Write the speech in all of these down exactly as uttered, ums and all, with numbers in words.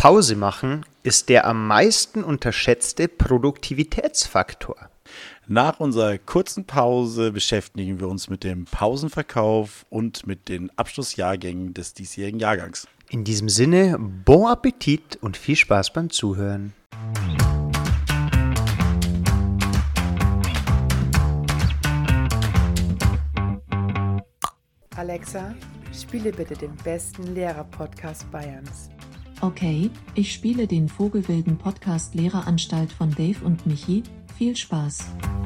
Pause machen ist der am meisten unterschätzte Produktivitätsfaktor. Nach unserer kurzen Pause beschäftigen wir uns mit dem Pausenverkauf und mit den Abschlussjahrgängen des diesjährigen Jahrgangs. In diesem Sinne, bon Appetit und viel Spaß beim Zuhören. Alexa, spiele bitte den besten Lehrer-Podcast Bayerns. Okay, ich spiele den Vogelwilden Podcast Lehreranstalt von Dave und Michi. Viel Spaß.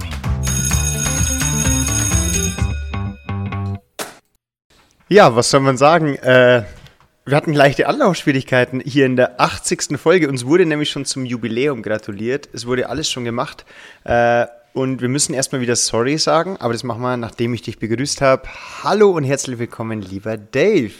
Ja, was soll man sagen? Äh, wir hatten leichte Anlaufschwierigkeiten hier in der achtzigsten Folge. Uns wurde nämlich schon zum Jubiläum gratuliert. Es wurde alles schon gemacht. Äh, und wir müssen erstmal wieder sorry sagen, aber das machen wir, nachdem ich dich begrüßt habe. Hallo und herzlich willkommen, lieber Dave.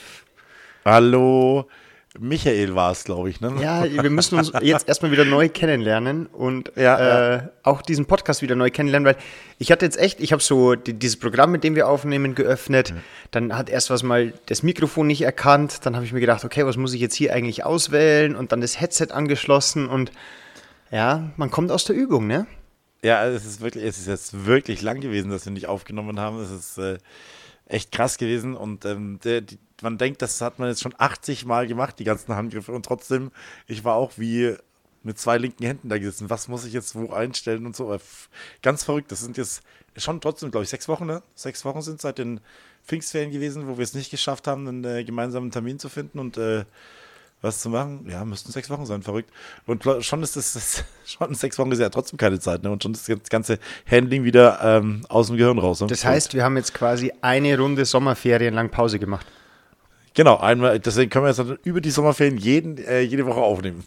Hallo. Michael war es, glaube ich, ne? Ja, wir müssen uns jetzt erstmal wieder neu kennenlernen und ja, äh, ja. auch diesen Podcast wieder neu kennenlernen, weil ich hatte jetzt echt, ich habe so die, dieses Programm, mit dem wir aufnehmen, geöffnet, mhm. Dann hat erst was mal das Mikrofon nicht erkannt, dann habe ich mir gedacht, okay, was muss ich jetzt hier eigentlich auswählen und dann das Headset angeschlossen und ja, man kommt aus der Übung, ne? Ja, es ist wirklich, es ist jetzt wirklich lang gewesen, dass wir nicht aufgenommen haben, es ist äh, echt krass gewesen und ähm, der, die man denkt, das hat man jetzt schon achtzig Mal gemacht, die ganzen Handgriffe. Und trotzdem, ich war auch wie mit zwei linken Händen da gesessen. Was muss ich jetzt wo einstellen und so. Ganz verrückt. Das sind jetzt schon trotzdem, glaube ich, sechs Wochen, ne? Sechs Wochen sind seit den Pfingstferien gewesen, wo wir es nicht geschafft haben, einen äh, gemeinsamen Termin zu finden und äh, was zu machen. Ja, müssten sechs Wochen sein, verrückt. Und schon ist das, das schon sechs Wochen ist ja trotzdem keine Zeit, ne? Und schon ist das ganze Handling wieder ähm, aus dem Gehirn raus. Ne? Das heißt, wir haben jetzt quasi eine Runde Sommerferien lang Pause gemacht. Genau, einmal, deswegen können wir jetzt dann über die Sommerferien jeden, äh, jede Woche aufnehmen.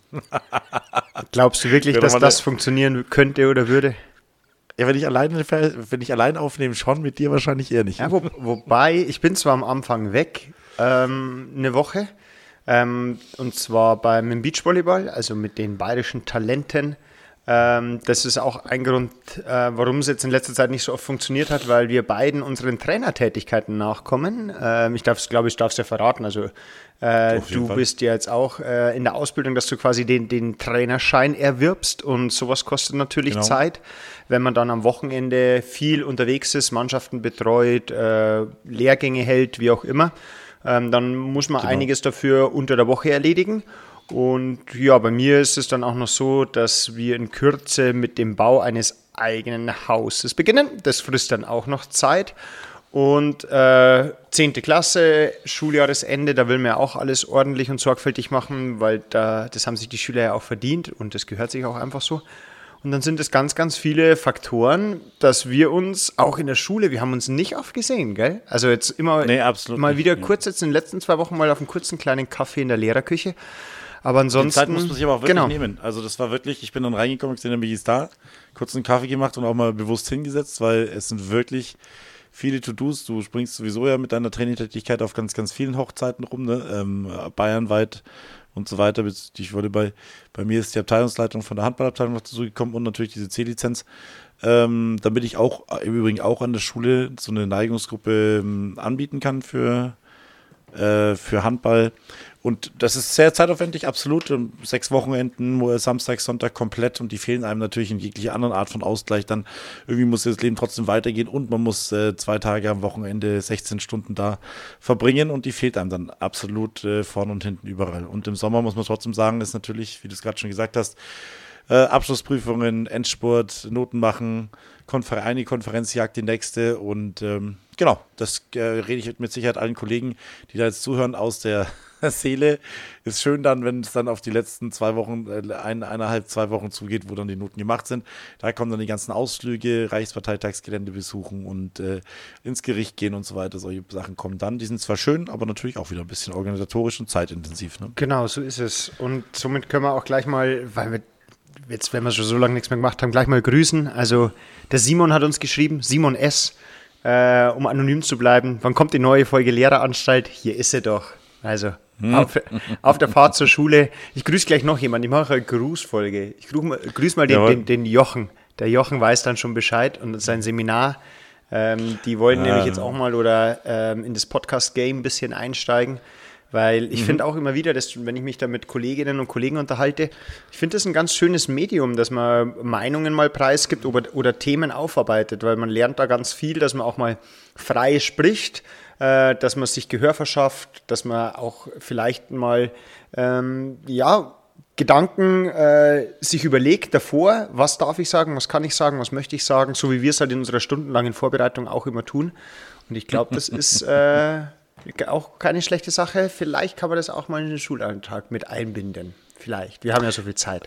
Glaubst du wirklich, dass das funktionieren könnte oder würde? Ja, wenn ich alleine, wenn ich allein aufnehme, schon, mit dir wahrscheinlich eher nicht. Ja, wo, wobei, ich bin zwar am Anfang weg, ähm, eine Woche, ähm, und zwar beim Beachvolleyball, also mit den bayerischen Talenten. Ähm, das ist auch ein Grund, äh, warum es jetzt in letzter Zeit nicht so oft funktioniert hat, weil wir beiden unseren Trainertätigkeiten nachkommen. Ähm, ich darf es, glaube ich, darf es ja verraten. Also äh, du Fall. bist ja jetzt auch äh, in der Ausbildung, dass du quasi den, den Trainerschein erwirbst und sowas kostet natürlich genau. Zeit. Wenn man dann am Wochenende viel unterwegs ist, Mannschaften betreut, äh, Lehrgänge hält, wie auch immer, ähm, dann muss man genau. einiges dafür unter der Woche erledigen. Und ja, bei mir ist es dann auch noch so, dass wir in Kürze mit dem Bau eines eigenen Hauses beginnen. Das frisst dann auch noch Zeit. Und äh, zehnte Klasse, Schuljahresende, da will man ja auch alles ordentlich und sorgfältig machen, weil da, das haben sich die Schüler ja auch verdient und das gehört sich auch einfach so. Und dann sind es ganz, ganz viele Faktoren, dass wir uns auch in der Schule, wir haben uns nicht oft gesehen, gell? Also jetzt immer nee, absolut mal nicht, wieder ja. kurz jetzt in den letzten zwei Wochen mal auf einen kurzen kleinen Kaffee in der Lehrerküche. Aber ansonsten. Die Zeit muss man sich aber auch wirklich genau. nehmen. Also das war wirklich, ich bin dann reingekommen, ich bin nämlich da, kurz einen Kaffee gemacht und auch mal bewusst hingesetzt, weil es sind wirklich viele To-Dos. Du springst sowieso ja mit deiner Trainingtätigkeit auf ganz, ganz vielen Hochzeiten rum, ne? Ähm, bayernweit und so weiter. Ich wurde bei, bei mir ist die Abteilungsleitung von der Handballabteilung noch dazu gekommen und natürlich diese C-Lizenz. Ähm, damit ich auch im Übrigen auch an der Schule so eine Neigungsgruppe ähm, anbieten kann für, äh, für Handball. Und das ist sehr zeitaufwendig, absolut. Sechs Wochenenden, Samstag, Sonntag komplett und die fehlen einem natürlich in jeglicher anderen Art von Ausgleich. Dann irgendwie muss das Leben trotzdem weitergehen und man muss äh, zwei Tage am Wochenende sechzehn Stunden da verbringen und die fehlt einem dann absolut äh, vorne und hinten überall. Und im Sommer muss man trotzdem sagen, ist natürlich, wie du es gerade schon gesagt hast, äh, Abschlussprüfungen, Endspurt, Noten machen, Konfer- eine Konferenz jagt die nächste und ähm, genau, das äh, rede ich mit Sicherheit allen Kollegen, die da jetzt zuhören, aus der Seele. Ist schön dann, wenn es dann auf die letzten zwei Wochen, äh, ein, eineinhalb, zwei Wochen zugeht, wo dann die Noten gemacht sind. Da kommen dann die ganzen Ausflüge, Reichsparteitagsgelände besuchen und äh, ins Gericht gehen und so weiter. Solche Sachen kommen dann. Die sind zwar schön, aber natürlich auch wieder ein bisschen organisatorisch und zeitintensiv. Ne? Genau, so ist es. Und somit können wir auch gleich mal, weil wir jetzt, wenn wir schon so lange nichts mehr gemacht haben, gleich mal grüßen. Also der Simon hat uns geschrieben, Simon S., äh, um anonym zu bleiben. Wann kommt die neue Folge Lehreranstalt? Hier ist sie doch. Also hm. auf, auf der Fahrt zur Schule. Ich grüße gleich noch jemanden. Ich mache eine Grußfolge. Ich grüße mal, grüß mal den, den, den Jochen. Der Jochen weiß dann schon Bescheid und sein Seminar. Ähm, die wollen ja. nämlich jetzt auch mal oder ähm, in das Podcast-Game ein bisschen einsteigen. Weil ich Mhm. finde auch immer wieder, dass, wenn ich mich da mit Kolleginnen und Kollegen unterhalte, ich finde das ein ganz schönes Medium, dass man Meinungen mal preisgibt oder, oder Themen aufarbeitet, weil man lernt da ganz viel, dass man auch mal frei spricht, äh, dass man sich Gehör verschafft, dass man auch vielleicht mal, ähm, ja, Gedanken äh, sich überlegt davor, was darf ich sagen, was kann ich sagen, was möchte ich sagen, so wie wir es halt in unserer stundenlangen Vorbereitung auch immer tun. Und ich glaube, das ist äh, auch keine schlechte Sache. Vielleicht kann man das auch mal in den Schulalltag mit einbinden. Vielleicht. Wir haben ja so viel Zeit.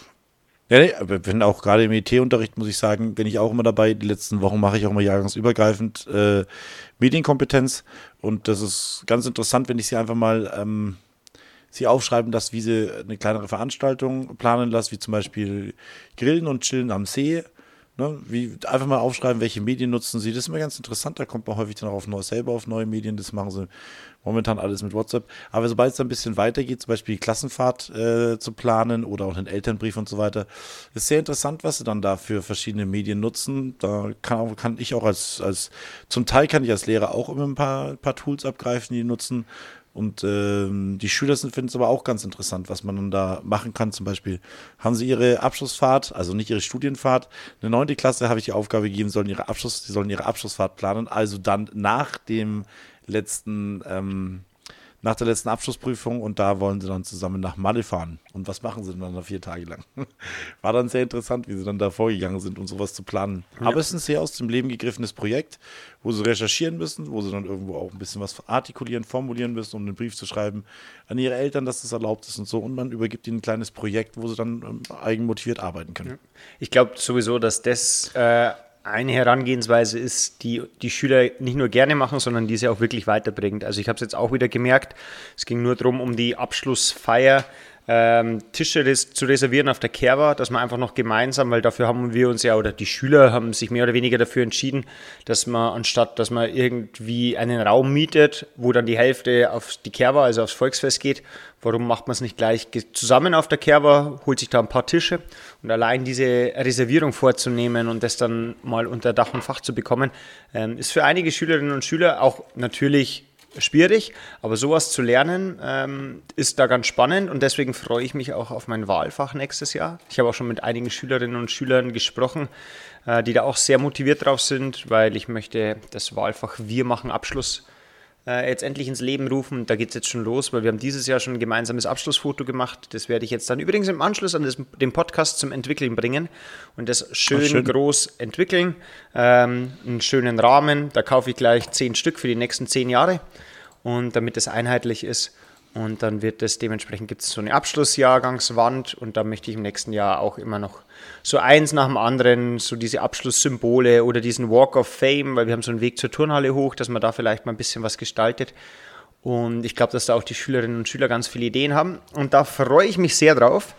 Ja, nee, aber wenn auch gerade im I T-Unterricht, muss ich sagen, bin ich auch immer dabei. Die letzten Wochen mache ich auch immer jahrgangsübergreifend äh, Medienkompetenz. Und das ist ganz interessant, wenn ich sie einfach mal ähm, sie aufschreiben lasse, wie sie eine kleinere Veranstaltung planen lasse, wie zum Beispiel Grillen und Chillen am See. Ne, wie, einfach mal aufschreiben, welche Medien nutzen sie. Das ist immer ganz interessant. Da kommt man häufig dann auch auf neue, selber auf neue Medien. Das machen sie momentan alles mit WhatsApp. Aber sobald es dann ein bisschen weitergeht, zum Beispiel die Klassenfahrt äh, zu planen oder auch den Elternbrief und so weiter, ist sehr interessant, was sie dann da für verschiedene Medien nutzen. Da kann, auch, kann ich auch als, als, zum Teil kann ich als Lehrer auch immer ein paar, paar Tools abgreifen, die nutzen. Und ähm, die Schüler finden es aber auch ganz interessant, was man dann da machen kann. Zum Beispiel haben sie ihre Abschlussfahrt, also nicht ihre Studienfahrt. Eine neunte Klasse habe ich die Aufgabe gegeben, sollen ihre Abschluss, sie sollen ihre Abschlussfahrt planen. Also dann nach dem letzten, ähm, nach der letzten Abschlussprüfung, und da wollen sie dann zusammen nach Malle fahren. Und was machen sie dann da vier Tage lang? War dann sehr interessant, wie sie dann da vorgegangen sind, um sowas zu planen. Ja. Aber es ist ein sehr aus dem Leben gegriffenes Projekt, wo sie recherchieren müssen, wo sie dann irgendwo auch ein bisschen was artikulieren, formulieren müssen, um einen Brief zu schreiben an ihre Eltern, dass das erlaubt ist und so. Und man übergibt ihnen ein kleines Projekt, wo sie dann ähm, eigenmotiviert arbeiten können. Ich glaube sowieso, dass das äh, eine Herangehensweise ist, die die Schüler nicht nur gerne machen, sondern die sie auch wirklich weiterbringt. Also ich habe es jetzt auch wieder gemerkt, es ging nur darum, um die Abschlussfeier, ähm, Tische res- zu reservieren auf der Kerwa, dass man einfach noch gemeinsam, weil dafür haben wir uns ja, oder die Schüler haben sich mehr oder weniger dafür entschieden, dass man anstatt, dass man irgendwie einen Raum mietet, wo dann die Hälfte auf die Kerwa, also aufs Volksfest geht, warum macht man es nicht gleich zusammen auf der Kerwa, holt sich da ein paar Tische, und allein diese Reservierung vorzunehmen und das dann mal unter Dach und Fach zu bekommen, ähm, ist für einige Schülerinnen und Schüler auch natürlich schwierig, aber sowas zu lernen ähm, ist da ganz spannend, und deswegen freue ich mich auch auf mein Wahlfach nächstes Jahr. Ich habe auch schon mit einigen Schülerinnen und Schülern gesprochen, äh, die da auch sehr motiviert drauf sind, weil ich möchte das Wahlfach Wir machen Abschluss äh, jetzt endlich ins Leben rufen. Da geht es jetzt schon los, weil wir haben dieses Jahr schon ein gemeinsames Abschlussfoto gemacht. Das werde ich jetzt dann übrigens im Anschluss an das, den Podcast zum Entwickeln bringen und das schön, schön. groß entwickeln. Ähm, einen schönen Rahmen, da kaufe ich gleich zehn Stück für die nächsten zehn Jahre, und damit es einheitlich ist. Und dann wird es dementsprechend, gibt es so eine Abschlussjahrgangswand, und da möchte ich im nächsten Jahr auch immer noch so eins nach dem anderen, so diese Abschlusssymbole oder diesen Walk of Fame, weil wir haben so einen Weg zur Turnhalle hoch, dass man da vielleicht mal ein bisschen was gestaltet. Und ich glaube, dass da auch die Schülerinnen und Schüler ganz viele Ideen haben. Und da freue ich mich sehr drauf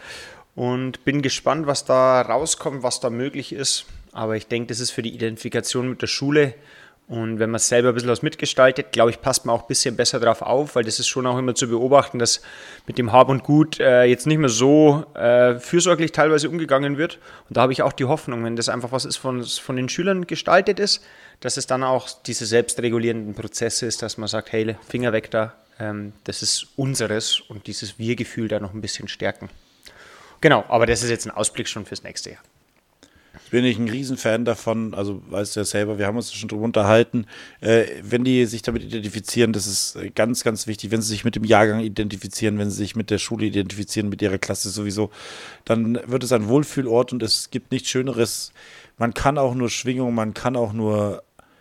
und bin gespannt, was da rauskommt, was da möglich ist. Aber ich denke, das ist für die Identifikation mit der Schule. Und wenn man es selber ein bisschen was mitgestaltet, glaube ich, passt man auch ein bisschen besser drauf auf, weil das ist schon auch immer zu beobachten, dass mit dem Hab und Gut äh, jetzt nicht mehr so äh, fürsorglich teilweise umgegangen wird. Und da habe ich auch die Hoffnung, wenn das einfach was ist, von, von den Schülern gestaltet ist, dass es dann auch diese selbstregulierenden Prozesse ist, dass man sagt, hey, Finger weg da, ähm, das ist unseres, und dieses Wir-Gefühl da noch ein bisschen stärken. Genau, aber das ist jetzt ein Ausblick schon fürs nächste Jahr. Bin ich ein Riesenfan davon, also weißt du ja selber, wir haben uns schon drüber unterhalten, äh, wenn die sich damit identifizieren, das ist ganz, ganz wichtig, wenn sie sich mit dem Jahrgang identifizieren, wenn sie sich mit der Schule identifizieren, mit ihrer Klasse sowieso, dann wird es ein Wohlfühlort, und es gibt nichts Schöneres. Man kann auch nur Schwingung, man kann auch nur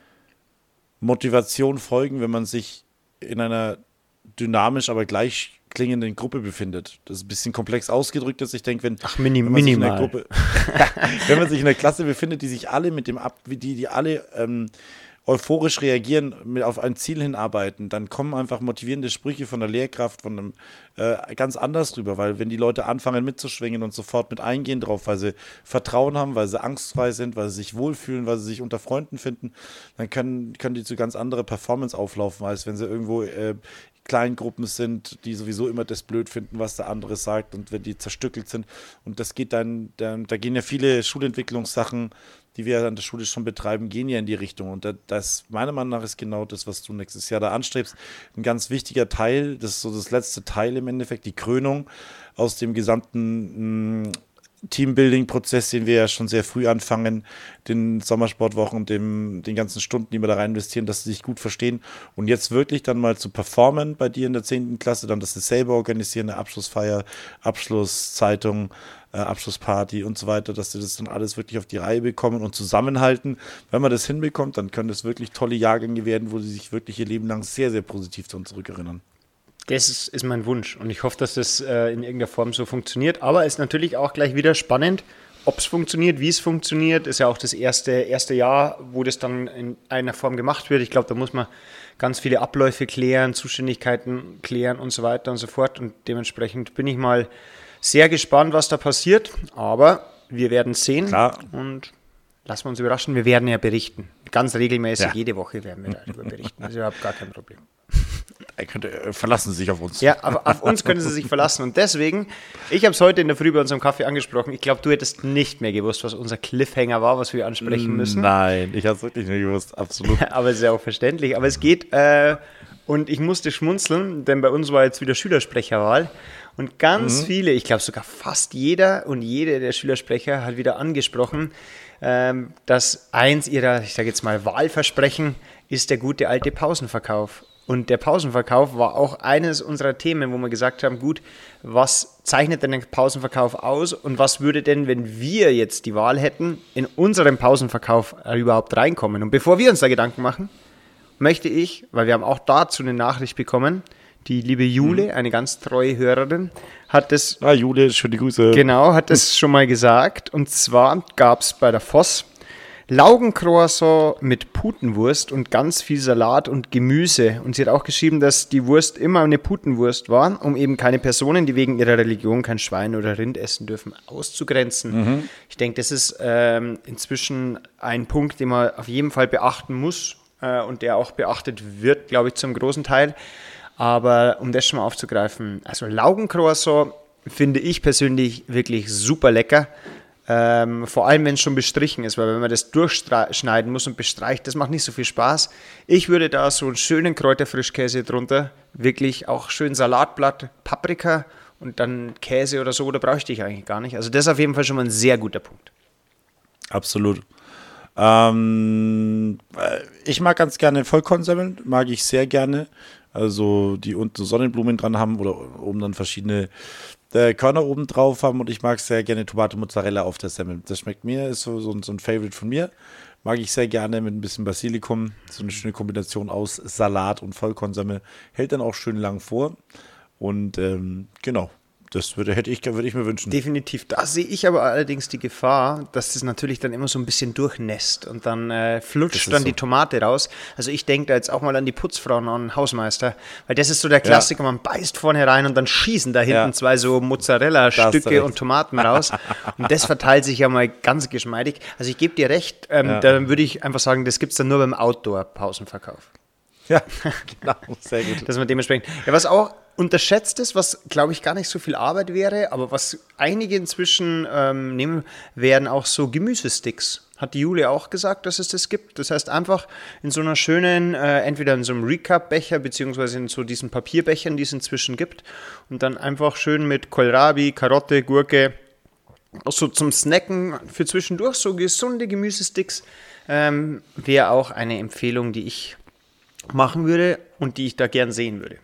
Motivation folgen, wenn man sich in einer dynamisch, aber gleich klingenden Gruppe befindet. Das ist ein bisschen komplex ausgedrückt, dass ich denke, wenn, Ach, mini, wenn man sich in minimal. einer Gruppe, wenn man sich in einer Klasse befindet, die sich alle mit dem Ab, die, die alle ähm, euphorisch reagieren, mit auf ein Ziel hinarbeiten, dann kommen einfach motivierende Sprüche von der Lehrkraft, von einem äh, ganz anders drüber, weil wenn die Leute anfangen mitzuschwingen und sofort mit eingehen drauf, weil sie Vertrauen haben, weil sie angstfrei sind, weil sie sich wohlfühlen, weil sie sich unter Freunden finden, dann können, können die zu ganz andere Performance auflaufen, als wenn sie irgendwo äh, Kleingruppen sind, die sowieso immer das blöd finden, was der andere sagt, und wenn die zerstückelt sind. Und das geht dann, dann da gehen ja viele Schulentwicklungssachen die wir an der Schule schon betreiben, gehen ja in die Richtung. Und das, meiner Meinung nach, ist genau das, was du nächstes Jahr da anstrebst, ein ganz wichtiger Teil, das ist so das letzte Teil im Endeffekt, die Krönung aus dem gesamten mh, Teambuilding-Prozess, den wir ja schon sehr früh anfangen, den Sommersportwochen, dem, den ganzen Stunden, die wir da rein investieren, dass sie sich gut verstehen und jetzt wirklich dann mal zu performen bei dir in der zehnten Klasse, dann das selber organisieren, eine Abschlussfeier, Abschlusszeitung, äh, Abschlussparty und so weiter, dass sie das dann alles wirklich auf die Reihe bekommen und zusammenhalten. Wenn man das hinbekommt, dann können das wirklich tolle Jahrgänge werden, wo sie sich wirklich ihr Leben lang sehr, sehr positiv daran zurückerinnern. Das ist, ist mein Wunsch und ich hoffe, dass das äh, in irgendeiner Form so funktioniert. Aber es ist natürlich auch gleich wieder spannend, ob es funktioniert, wie es funktioniert. Ist ja auch das erste, erste Jahr, wo das dann in einer Form gemacht wird. Ich glaube, da muss man ganz viele Abläufe klären, Zuständigkeiten klären und so weiter und so fort. Und dementsprechend bin ich mal sehr gespannt, was da passiert. Aber wir werden sehen. Klar. Und lassen wir uns überraschen. Wir werden ja berichten. Ganz regelmäßig, Ja. jede Woche werden wir darüber berichten. Das ist überhaupt gar kein Problem. Er könnte, äh, verlassen Sie sich auf uns. Ja, aber auf uns können sie sich verlassen. Und deswegen, ich habe es heute in der Früh bei unserem Kaffee angesprochen. Ich glaube, du hättest nicht mehr gewusst, was unser Cliffhanger war, was wir ansprechen müssen. Nein, ich habe es wirklich nicht gewusst, absolut. Aber es ist ja auch verständlich. Aber es geht, äh, und ich musste schmunzeln, denn bei uns war jetzt wieder Schülersprecherwahl. Und ganz mhm. viele, ich glaube sogar fast jeder und jede der Schülersprecher hat wieder angesprochen, ähm, dass eins ihrer, ich sage jetzt mal, Wahlversprechen ist der gute alte Pausenverkauf. Und der Pausenverkauf war auch eines unserer Themen, wo wir gesagt haben, gut, was zeichnet denn den Pausenverkauf aus und was würde denn, wenn wir jetzt die Wahl hätten, in unseren Pausenverkauf überhaupt reinkommen? Und bevor wir uns da Gedanken machen, möchte ich, weil wir haben auch dazu eine Nachricht bekommen, die liebe Jule, eine ganz treue Hörerin, hat das... Ah, Jule, schöne Grüße. Genau, hat das schon mal gesagt. Und zwar gab es bei der Voss Laugencroissant mit Putenwurst und ganz viel Salat und Gemüse. Und sie hat auch geschrieben, dass die Wurst immer eine Putenwurst war, um eben keine Personen, die wegen ihrer Religion kein Schwein oder Rind essen dürfen, auszugrenzen. Mhm. Ich denke, das ist ähm, inzwischen ein Punkt, den man auf jeden Fall beachten muss äh, und der auch beachtet wird, glaube ich, zum großen Teil. Aber um das schon mal aufzugreifen, also Laugencroissant finde ich persönlich wirklich super lecker. Ähm, vor allem, wenn es schon bestrichen ist, weil wenn man das durchschneiden muss und bestreicht, das macht nicht so viel Spaß. Ich würde da so einen schönen Kräuterfrischkäse drunter, wirklich auch schön Salatblatt, Paprika und dann Käse oder so, da bräuchte ich eigentlich gar nicht. Also das ist auf jeden Fall schon mal ein sehr guter Punkt. Absolut. Ähm, ich mag ganz gerne Vollkornsemmeln, mag ich sehr gerne. Also die unten Sonnenblumen dran haben oder oben dann verschiedene äh, Körner oben drauf haben und ich mag sehr gerne Tomate Mozzarella auf der Semmel. Das schmeckt mir, ist so, so, so ein Favorite von mir. Mag ich sehr gerne mit ein bisschen Basilikum. So eine schöne Kombination aus Salat und Vollkornsemmel. Hält dann auch schön lang vor. Und ähm, genau, das würde, hätte ich, würde ich mir wünschen. Definitiv. Da sehe ich aber allerdings die Gefahr, dass das natürlich dann immer so ein bisschen durchnässt und dann äh, flutscht dann so die Tomate raus. Also ich denke da jetzt auch mal an die Putzfrauen, an den Hausmeister, weil das ist so der Klassiker, ja. Man beißt vorne rein und dann schießen da hinten ja. zwei so Mozzarella-Stücke und Tomaten raus. Und das verteilt sich ja mal ganz geschmeidig. Also ich gebe dir recht, ähm, ja. da würde ich einfach sagen, das gibt es dann nur beim Outdoor-Pausenverkauf. Ja, genau, sehr gut. Dass man dementsprechend, ja, was auch unterschätzt ist, was glaube ich gar nicht so viel Arbeit wäre, aber was einige inzwischen ähm, nehmen, wären auch so Gemüsesticks. Hat die Julia auch gesagt, dass es das gibt. Das heißt einfach in so einer schönen, äh, entweder in so einem Recap-Becher, beziehungsweise in so diesen Papierbechern, die es inzwischen gibt. Und dann einfach schön mit Kohlrabi, Karotte, Gurke, auch so zum Snacken für zwischendurch, so gesunde Gemüsesticks, ähm, wäre auch eine Empfehlung, die ich machen würde und die ich da gern sehen würde.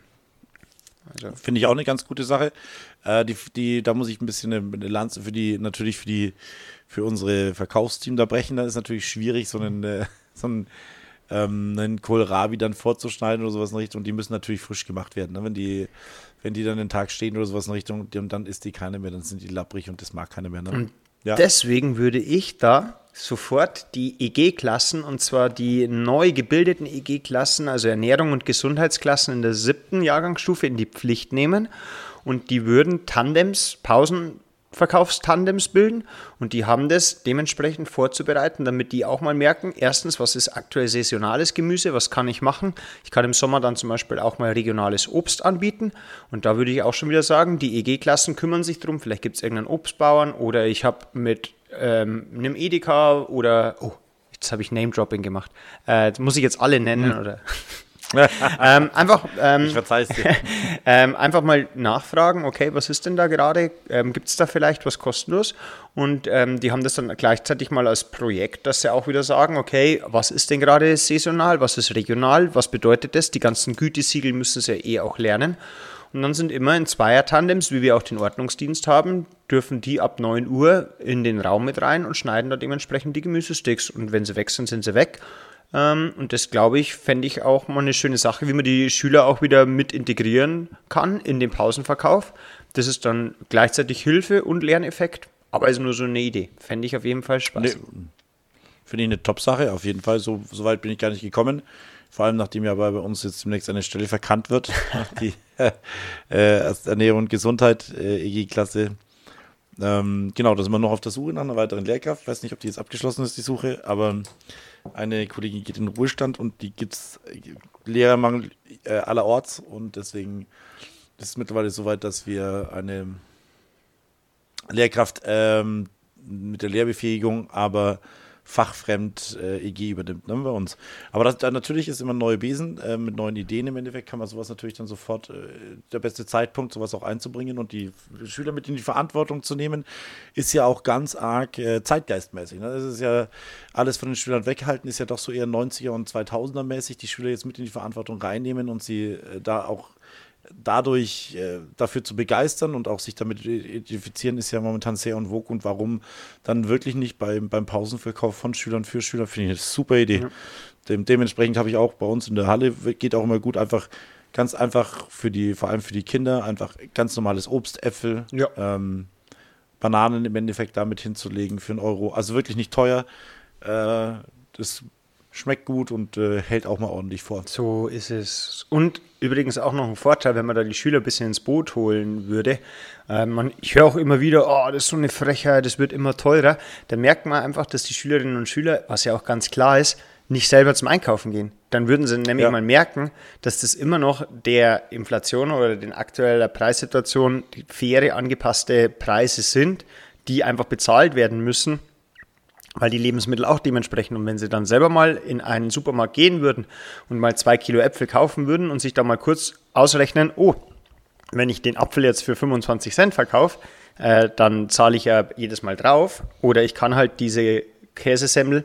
Also. Finde ich auch eine ganz gute Sache. Äh, die, die, da muss ich ein bisschen eine, eine Lanze für die, natürlich für die, für unsere Verkaufsteam da brechen. Da ist natürlich schwierig, so einen, äh, so einen, ähm, einen Kohlrabi dann vorzuschneiden oder sowas in Richtung. Und die müssen natürlich frisch gemacht werden. Ne? Wenn die, wenn die dann den Tag stehen oder sowas in Richtung, und dann isst die keine mehr, dann sind die labbrig und das mag keine mehr. Ne? Und ja. Deswegen würde ich da sofort die E G-Klassen, und zwar die neu gebildeten E G-Klassen, also Ernährung und Gesundheitsklassen in der siebten Jahrgangsstufe in die Pflicht nehmen und die würden Tandems, Pausenverkaufstandems bilden und die haben das dementsprechend vorzubereiten, damit die auch mal merken, erstens, was ist aktuell saisonales Gemüse, was kann ich machen? Ich kann im Sommer dann zum Beispiel auch mal regionales Obst anbieten und da würde ich auch schon wieder sagen, die E G-Klassen kümmern sich drum, vielleicht gibt es irgendeinen Obstbauern oder ich habe mit ähm, einem Edeka oder, oh, jetzt habe ich Name-Dropping gemacht. Äh, muss ich jetzt alle nennen, Mhm. oder? ähm, einfach, ähm, Ich verzeih's dir. ähm, einfach mal nachfragen, okay, was ist denn da gerade? Ähm, Gibt es da vielleicht was kostenlos? Und ähm, die haben das dann gleichzeitig mal als Projekt, dass sie auch wieder sagen, okay, was ist denn gerade saisonal, was ist regional, was bedeutet das? Die ganzen Gütesiegel müssen sie ja eh auch lernen. Und dann sind immer in Zweier-Tandems, wie wir auch den Ordnungsdienst haben, dürfen die ab neun Uhr in den Raum mit rein und schneiden da dementsprechend die Gemüsesticks. Und wenn sie weg sind, sind sie weg. Ähm, und das, glaube ich, fände ich auch mal eine schöne Sache, wie man die Schüler auch wieder mit integrieren kann in den Pausenverkauf. Das ist dann gleichzeitig Hilfe und Lerneffekt, aber ist nur so eine Idee. Fände ich auf jeden Fall Spaß. Nee, finde ich eine Top-Sache, auf jeden Fall. So, so weit bin ich gar nicht gekommen. Vor allem, nachdem ja bei uns jetzt demnächst eine Stelle verkannt wird, die äh, Ernährung und Gesundheit, äh, E G-Klasse. Ähm, genau, da sind wir noch auf der Suche nach einer weiteren Lehrkraft. Ich weiß nicht, ob die jetzt abgeschlossen ist, die Suche, aber eine Kollegin geht in den Ruhestand und die gibt es Lehrermangel äh, allerorts und deswegen ist es mittlerweile so weit, dass wir eine Lehrkraft ähm, mit der Lehrbefähigung, aber fachfremd äh, E G übernimmt, ne, bei uns. Aber das, dann natürlich ist immer neue Besen äh, mit neuen Ideen. Im Endeffekt kann man sowas natürlich dann sofort, äh, der beste Zeitpunkt, sowas auch einzubringen und die Schüler mit in die Verantwortung zu nehmen, ist ja auch ganz arg äh, zeitgeistmäßig. Ne? Das ist ja alles von den Schülern weghalten, ist ja doch so eher neunziger und zweitausender mäßig, die Schüler jetzt mit in die Verantwortung reinnehmen und sie äh, da auch dadurch äh, dafür zu begeistern und auch sich damit identifizieren, ist ja momentan sehr en vogue. Und warum dann wirklich nicht beim, beim Pausenverkauf von Schülern für Schüler, finde ich eine super Idee. Ja. Dem, dementsprechend habe ich auch bei uns in der Halle, geht auch immer gut, einfach ganz einfach für die, vor allem für die Kinder, einfach ganz normales Obst, Äpfel, ja. ähm, Bananen im Endeffekt damit hinzulegen für einen Euro. Also wirklich nicht teuer. Äh, das schmeckt gut und äh, hält auch mal ordentlich vor. So ist es. Und übrigens auch noch ein Vorteil, wenn man da die Schüler ein bisschen ins Boot holen würde. Äh, man, ich höre auch immer wieder, oh, das ist so eine Frechheit, das wird immer teurer. Da merkt man einfach, dass die Schülerinnen und Schüler, was ja auch ganz klar ist, nicht selber zum Einkaufen gehen. Dann würden sie nämlich ja. mal merken, dass das immer noch der Inflation oder den aktuellen Preissituation faire, angepasste Preise sind, die einfach bezahlt werden müssen, weil die Lebensmittel auch dementsprechend, und wenn sie dann selber mal in einen Supermarkt gehen würden und mal zwei Kilo Äpfel kaufen würden und sich da mal kurz ausrechnen, oh, wenn ich den Apfel jetzt für fünfundzwanzig Cent verkaufe, äh, dann zahle ich ja jedes Mal drauf, oder ich kann halt diese Käsesemmel,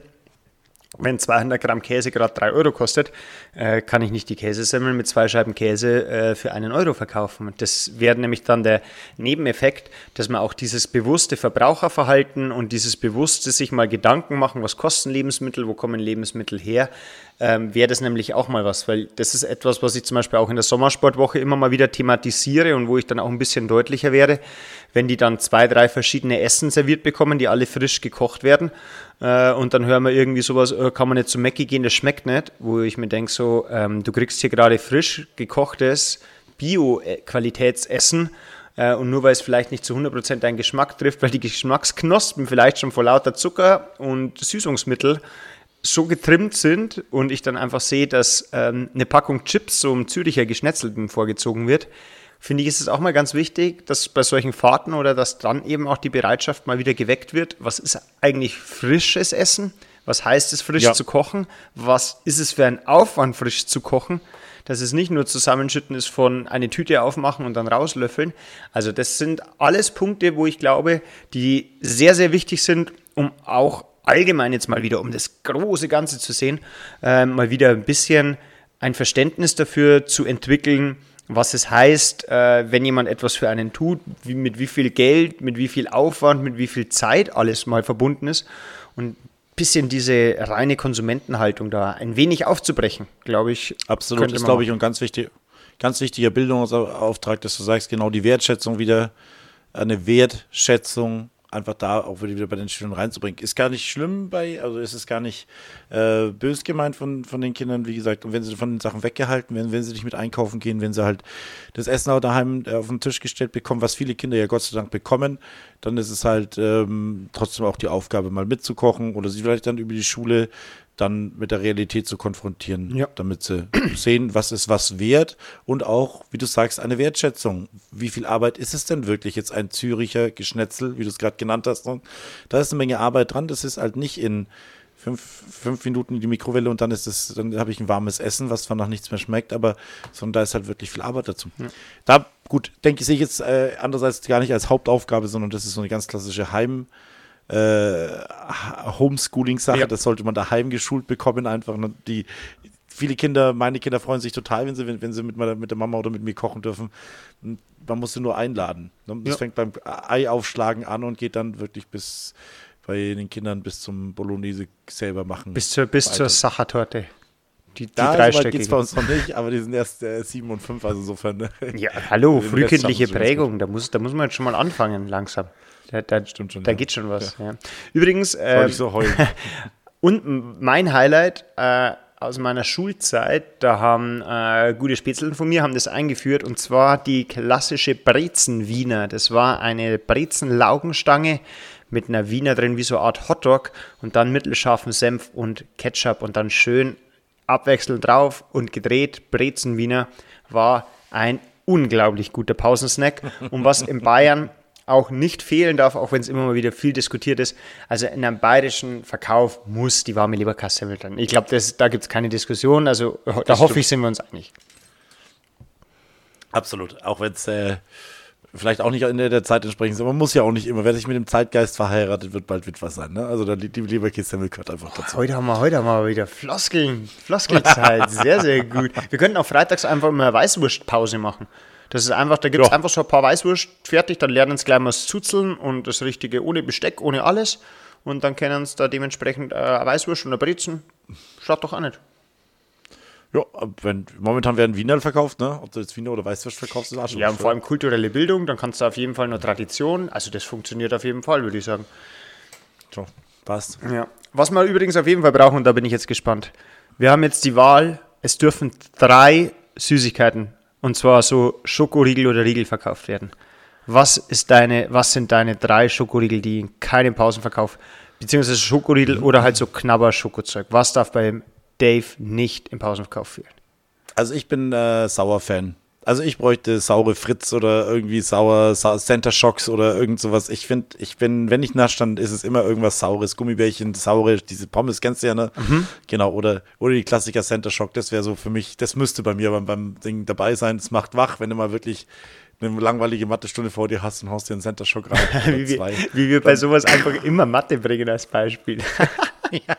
wenn zweihundert Gramm Käse gerade drei Euro kostet, äh, kann ich nicht die Käsesemmel mit zwei Scheiben Käse äh, für einen Euro verkaufen. Das wäre nämlich dann der Nebeneffekt, dass man auch dieses bewusste Verbraucherverhalten und dieses bewusste sich mal Gedanken machen, was kosten Lebensmittel, wo kommen Lebensmittel her, ähm, wäre das nämlich auch mal was, weil das ist etwas, was ich zum Beispiel auch in der Sommersportwoche immer mal wieder thematisiere und wo ich dann auch ein bisschen deutlicher wäre, wenn die dann zwei, drei verschiedene Essen serviert bekommen, die alle frisch gekocht werden, äh, und dann hören wir irgendwie sowas, äh, kann man nicht zu Mäcki gehen, das schmeckt nicht, wo ich mir denke so, ähm, du kriegst hier gerade frisch gekochtes Bio-Qualitätsessen, äh, und nur weil es vielleicht nicht zu hundert Prozent deinen Geschmack trifft, weil die Geschmacksknospen vielleicht schon vor lauter Zucker und Süßungsmittel so getrimmt sind und ich dann einfach sehe, dass ähm, eine Packung Chips so im Züricher Geschnetzelten vorgezogen wird, finde ich, ist es auch mal ganz wichtig, dass bei solchen Fahrten oder dass dann eben auch die Bereitschaft mal wieder geweckt wird. Was ist eigentlich frisches Essen? Was heißt es, frisch ja. zu kochen? Was ist es für ein Aufwand, frisch zu kochen? Dass es nicht nur Zusammenschütten ist von eine Tüte aufmachen und dann rauslöffeln. Also das sind alles Punkte, wo ich glaube, die sehr, sehr wichtig sind, um auch allgemein jetzt mal wieder, um das große Ganze zu sehen, äh, mal wieder ein bisschen ein Verständnis dafür zu entwickeln, was es heißt, äh, wenn jemand etwas für einen tut, wie, mit wie viel Geld, mit wie viel Aufwand, mit wie viel Zeit alles mal verbunden ist, und ein bisschen diese reine Konsumentenhaltung da ein wenig aufzubrechen, glaube ich. Absolut, ist, glaube ich, ein ganz wichtig, ganz wichtiger Bildungsauftrag, dass du sagst, genau die Wertschätzung wieder, eine Wertschätzung einfach da auch wieder bei den Schülern reinzubringen. Ist gar nicht schlimm bei, also ist es gar nicht äh, bös gemeint von, von den Kindern, wie gesagt, und wenn sie von den Sachen weggehalten werden, wenn sie nicht mit einkaufen gehen, wenn sie halt das Essen auch daheim auf den Tisch gestellt bekommen, was viele Kinder ja Gott sei Dank bekommen, dann ist es halt ähm, trotzdem auch die Aufgabe, mal mitzukochen oder sie vielleicht dann über die Schule dann mit der Realität zu konfrontieren, Ja. damit sie sehen, was ist was wert und auch, wie du sagst, eine Wertschätzung. Wie viel Arbeit ist es denn wirklich, jetzt ein Züricher Geschnetzel, wie du es gerade genannt hast? Und da ist eine Menge Arbeit dran, das ist halt nicht in fünf, fünf Minuten in die Mikrowelle und dann ist es, dann habe ich ein warmes Essen, was zwar nach nichts mehr schmeckt, aber sondern da ist halt wirklich viel Arbeit dazu. Ja. Da, gut, denke ich, sehe ich jetzt äh, andererseits gar nicht als Hauptaufgabe, sondern das ist so eine ganz klassische Heim- Äh, Homeschooling-Sache, ja. Das sollte man daheim geschult bekommen einfach. Die, viele Kinder, meine Kinder freuen sich total, wenn sie, wenn, wenn sie mit, meiner, mit der Mama oder mit mir kochen dürfen. Man muss sie nur einladen. Das ja. fängt beim Eiaufschlagen an und geht dann wirklich bis bei den Kindern bis zum Bolognese selber machen. Bis zur, bis zur Sachertorte. Die, die da drei so weit Stücke geht es bei uns noch nicht, aber die sind erst äh, sieben und fünf, also insofern. Ne? Ja, hallo, frühkindliche Prägung, da muss, da muss man jetzt schon mal anfangen, langsam. Da, da, Stimmt schon, da ja. geht schon was. Ja. Ja. Übrigens, äh, ich so heulen. und mein Highlight äh, aus meiner Schulzeit, da haben äh, gute Spätzeln von mir, haben das eingeführt, und zwar die klassische Brezen-Wiener. Das war eine Brezen-Laugenstange mit einer Wiener drin, wie so eine Art Hotdog, und dann mittelscharfen Senf und Ketchup und dann schön abwechselnd drauf und gedreht. Brezen-Wiener war ein unglaublich guter Pausensnack, und was in Bayern auch nicht fehlen darf, auch wenn es immer mal wieder viel diskutiert ist. Also in einem bayerischen Verkauf muss die warme Leberkassemmel drin. Ich glaube, da gibt es keine Diskussion. Also da das hoffe stimmt. ich, sind wir uns einig. Absolut. Auch wenn es äh, vielleicht auch nicht in der Zeit entsprechend ist. Aber man muss ja auch nicht immer. Wer sich mit dem Zeitgeist verheiratet, wird bald Witwer sein. Ne? Also die Leberkassemmel gehört einfach dazu. Oh, heute haben wir heute haben wir wieder Floskeln. Floskelzeit. Sehr, sehr gut. Wir könnten auch freitags einfach mal eine Weißwurstpause machen. Das ist einfach, da gibt es ja. einfach so ein paar Weißwurst fertig, dann lernen sie gleich mal das Zuzeln und das Richtige ohne Besteck, ohne alles. Und dann können sie da dementsprechend äh, eine Weißwurst und eine Brezen. Schaut doch auch nicht. Ja, wenn, momentan werden Wiener verkauft, ne? Ob du jetzt Wiener oder Weißwurst verkaufst, ist auch schon. Ja, und vor allem kulturelle Bildung, dann kannst du auf jeden Fall noch Tradition. Also das funktioniert auf jeden Fall, würde ich sagen. So, passt. Ja. Was wir übrigens auf jeden Fall brauchen, und da bin ich jetzt gespannt. Wir haben jetzt die Wahl, es dürfen drei Süßigkeiten, und zwar so Schokoriegel oder Riegel verkauft werden. Was ist deine, was sind deine drei Schokoriegel, die in keinem Pausenverkauf, beziehungsweise Schokoriegel mhm. oder halt so Knabber-Schokozeug? Was darf beim Dave nicht im Pausenverkauf fehlen? Also ich bin äh, Sauer-Fan. Also ich bräuchte saure Fritz oder irgendwie sauer Sa- Center Shocks oder irgend sowas. Ich finde, ich bin, wenn ich nasch, dann ist es immer irgendwas Saures. Gummibärchen, saure, diese Pommes kennst du ja, ne? Mhm. Genau, oder, oder die Klassiker Center Shock, das wäre so für mich, das müsste bei mir beim, beim Ding dabei sein. Es macht wach, wenn du mal wirklich eine langweilige Mathestunde vor dir hast und haust dir einen Center Shock rein. wie, wir, wie wir bei sowas einfach immer Mathe bringen als Beispiel. Ja.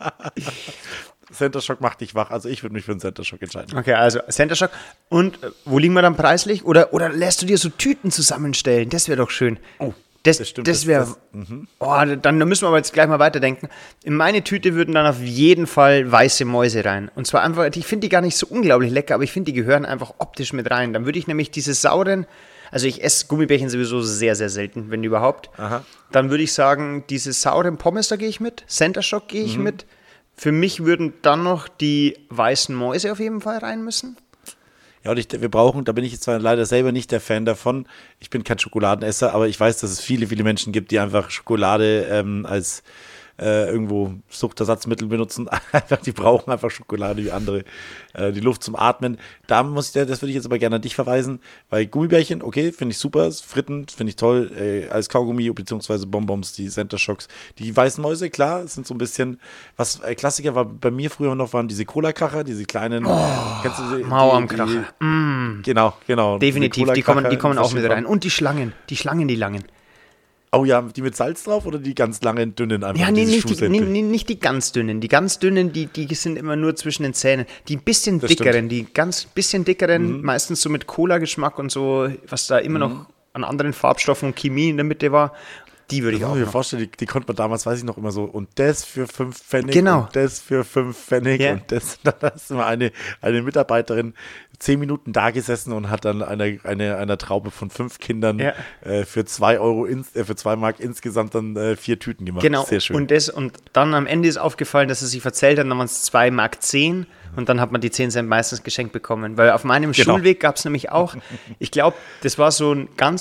Center Shock macht dich wach, also ich würde mich für einen Center Shock entscheiden. Okay, also Center Shock. Und äh, wo liegen wir dann preislich? Oder, oder lässt du dir so Tüten zusammenstellen? Das wäre doch schön. Oh, das, das stimmt. Das wäre. Mhm. Oh, dann müssen wir aber jetzt gleich mal weiterdenken. In meine Tüte würden dann auf jeden Fall weiße Mäuse rein. Und zwar einfach, ich finde die gar nicht so unglaublich lecker, aber ich finde, die gehören einfach optisch mit rein. Dann würde ich nämlich diese sauren, also ich esse Gummibärchen sowieso sehr, sehr selten, wenn überhaupt. Aha. Dann würde ich sagen, diese sauren Pommes, da gehe ich mit. Center Shock gehe ich mhm. mit. Für mich würden dann noch die weißen Mäuse auf jeden Fall rein müssen. Ja, und ich, wir brauchen, da bin ich jetzt zwar leider selber nicht der Fan davon, ich bin kein Schokoladenesser, aber ich weiß, dass es viele, viele Menschen gibt, die einfach Schokolade ähm, als äh, irgendwo Suchtersatzmittel benutzen. Einfach, die brauchen einfach Schokolade wie andere, äh, die Luft zum Atmen. Da muss ich, das würde ich jetzt aber gerne an dich verweisen, weil Gummibärchen, okay, finde ich super, Fritten finde ich toll, äh, als Kaugummi beziehungsweise Bonbons, die Center Shocks. Die weißen Mäuse, klar, sind so ein bisschen, was äh, Klassiker war bei mir früher noch, waren diese Cola-Kracher, diese kleinen, oh, kennst du die? Mauerkracher. Mm. Genau, genau. Definitiv, die kommen, die kommen auch mit rein. Und die Schlangen, die Schlangen, die langen. Oh ja, die mit Salz drauf oder die ganz langen, dünnen einfach? Ja, nee, nicht die, nee, nee, nicht die ganz dünnen. Die ganz dünnen, die, die sind immer nur zwischen den Zähnen. Die bisschen das dickeren, stimmt. die ganz bisschen dickeren, mhm. meistens so mit Cola-Geschmack und so, was da immer mhm. noch an anderen Farbstoffen und Chemie in der Mitte war. Die würde ich auch mir vorstellen, die, die konnte man damals, weiß ich noch, immer so, und das für fünf Pfennig genau. und das für fünf Pfennig yeah. und das, da ist immer eine, eine Mitarbeiterin zehn Minuten da gesessen und hat dann eine, eine, einer Traube von fünf Kindern ja. äh, für zwei Euro, ins, äh, für zwei Mark insgesamt dann äh, vier Tüten gemacht. Genau, sehr schön. Und, das, und dann am Ende ist aufgefallen, dass er sich verzählt hat, dann waren es zwei Mark zehn und dann hat man die zehn Cent meistens geschenkt bekommen, weil auf meinem genau. Schulweg gab es nämlich auch, ich glaube, das war so ein ganz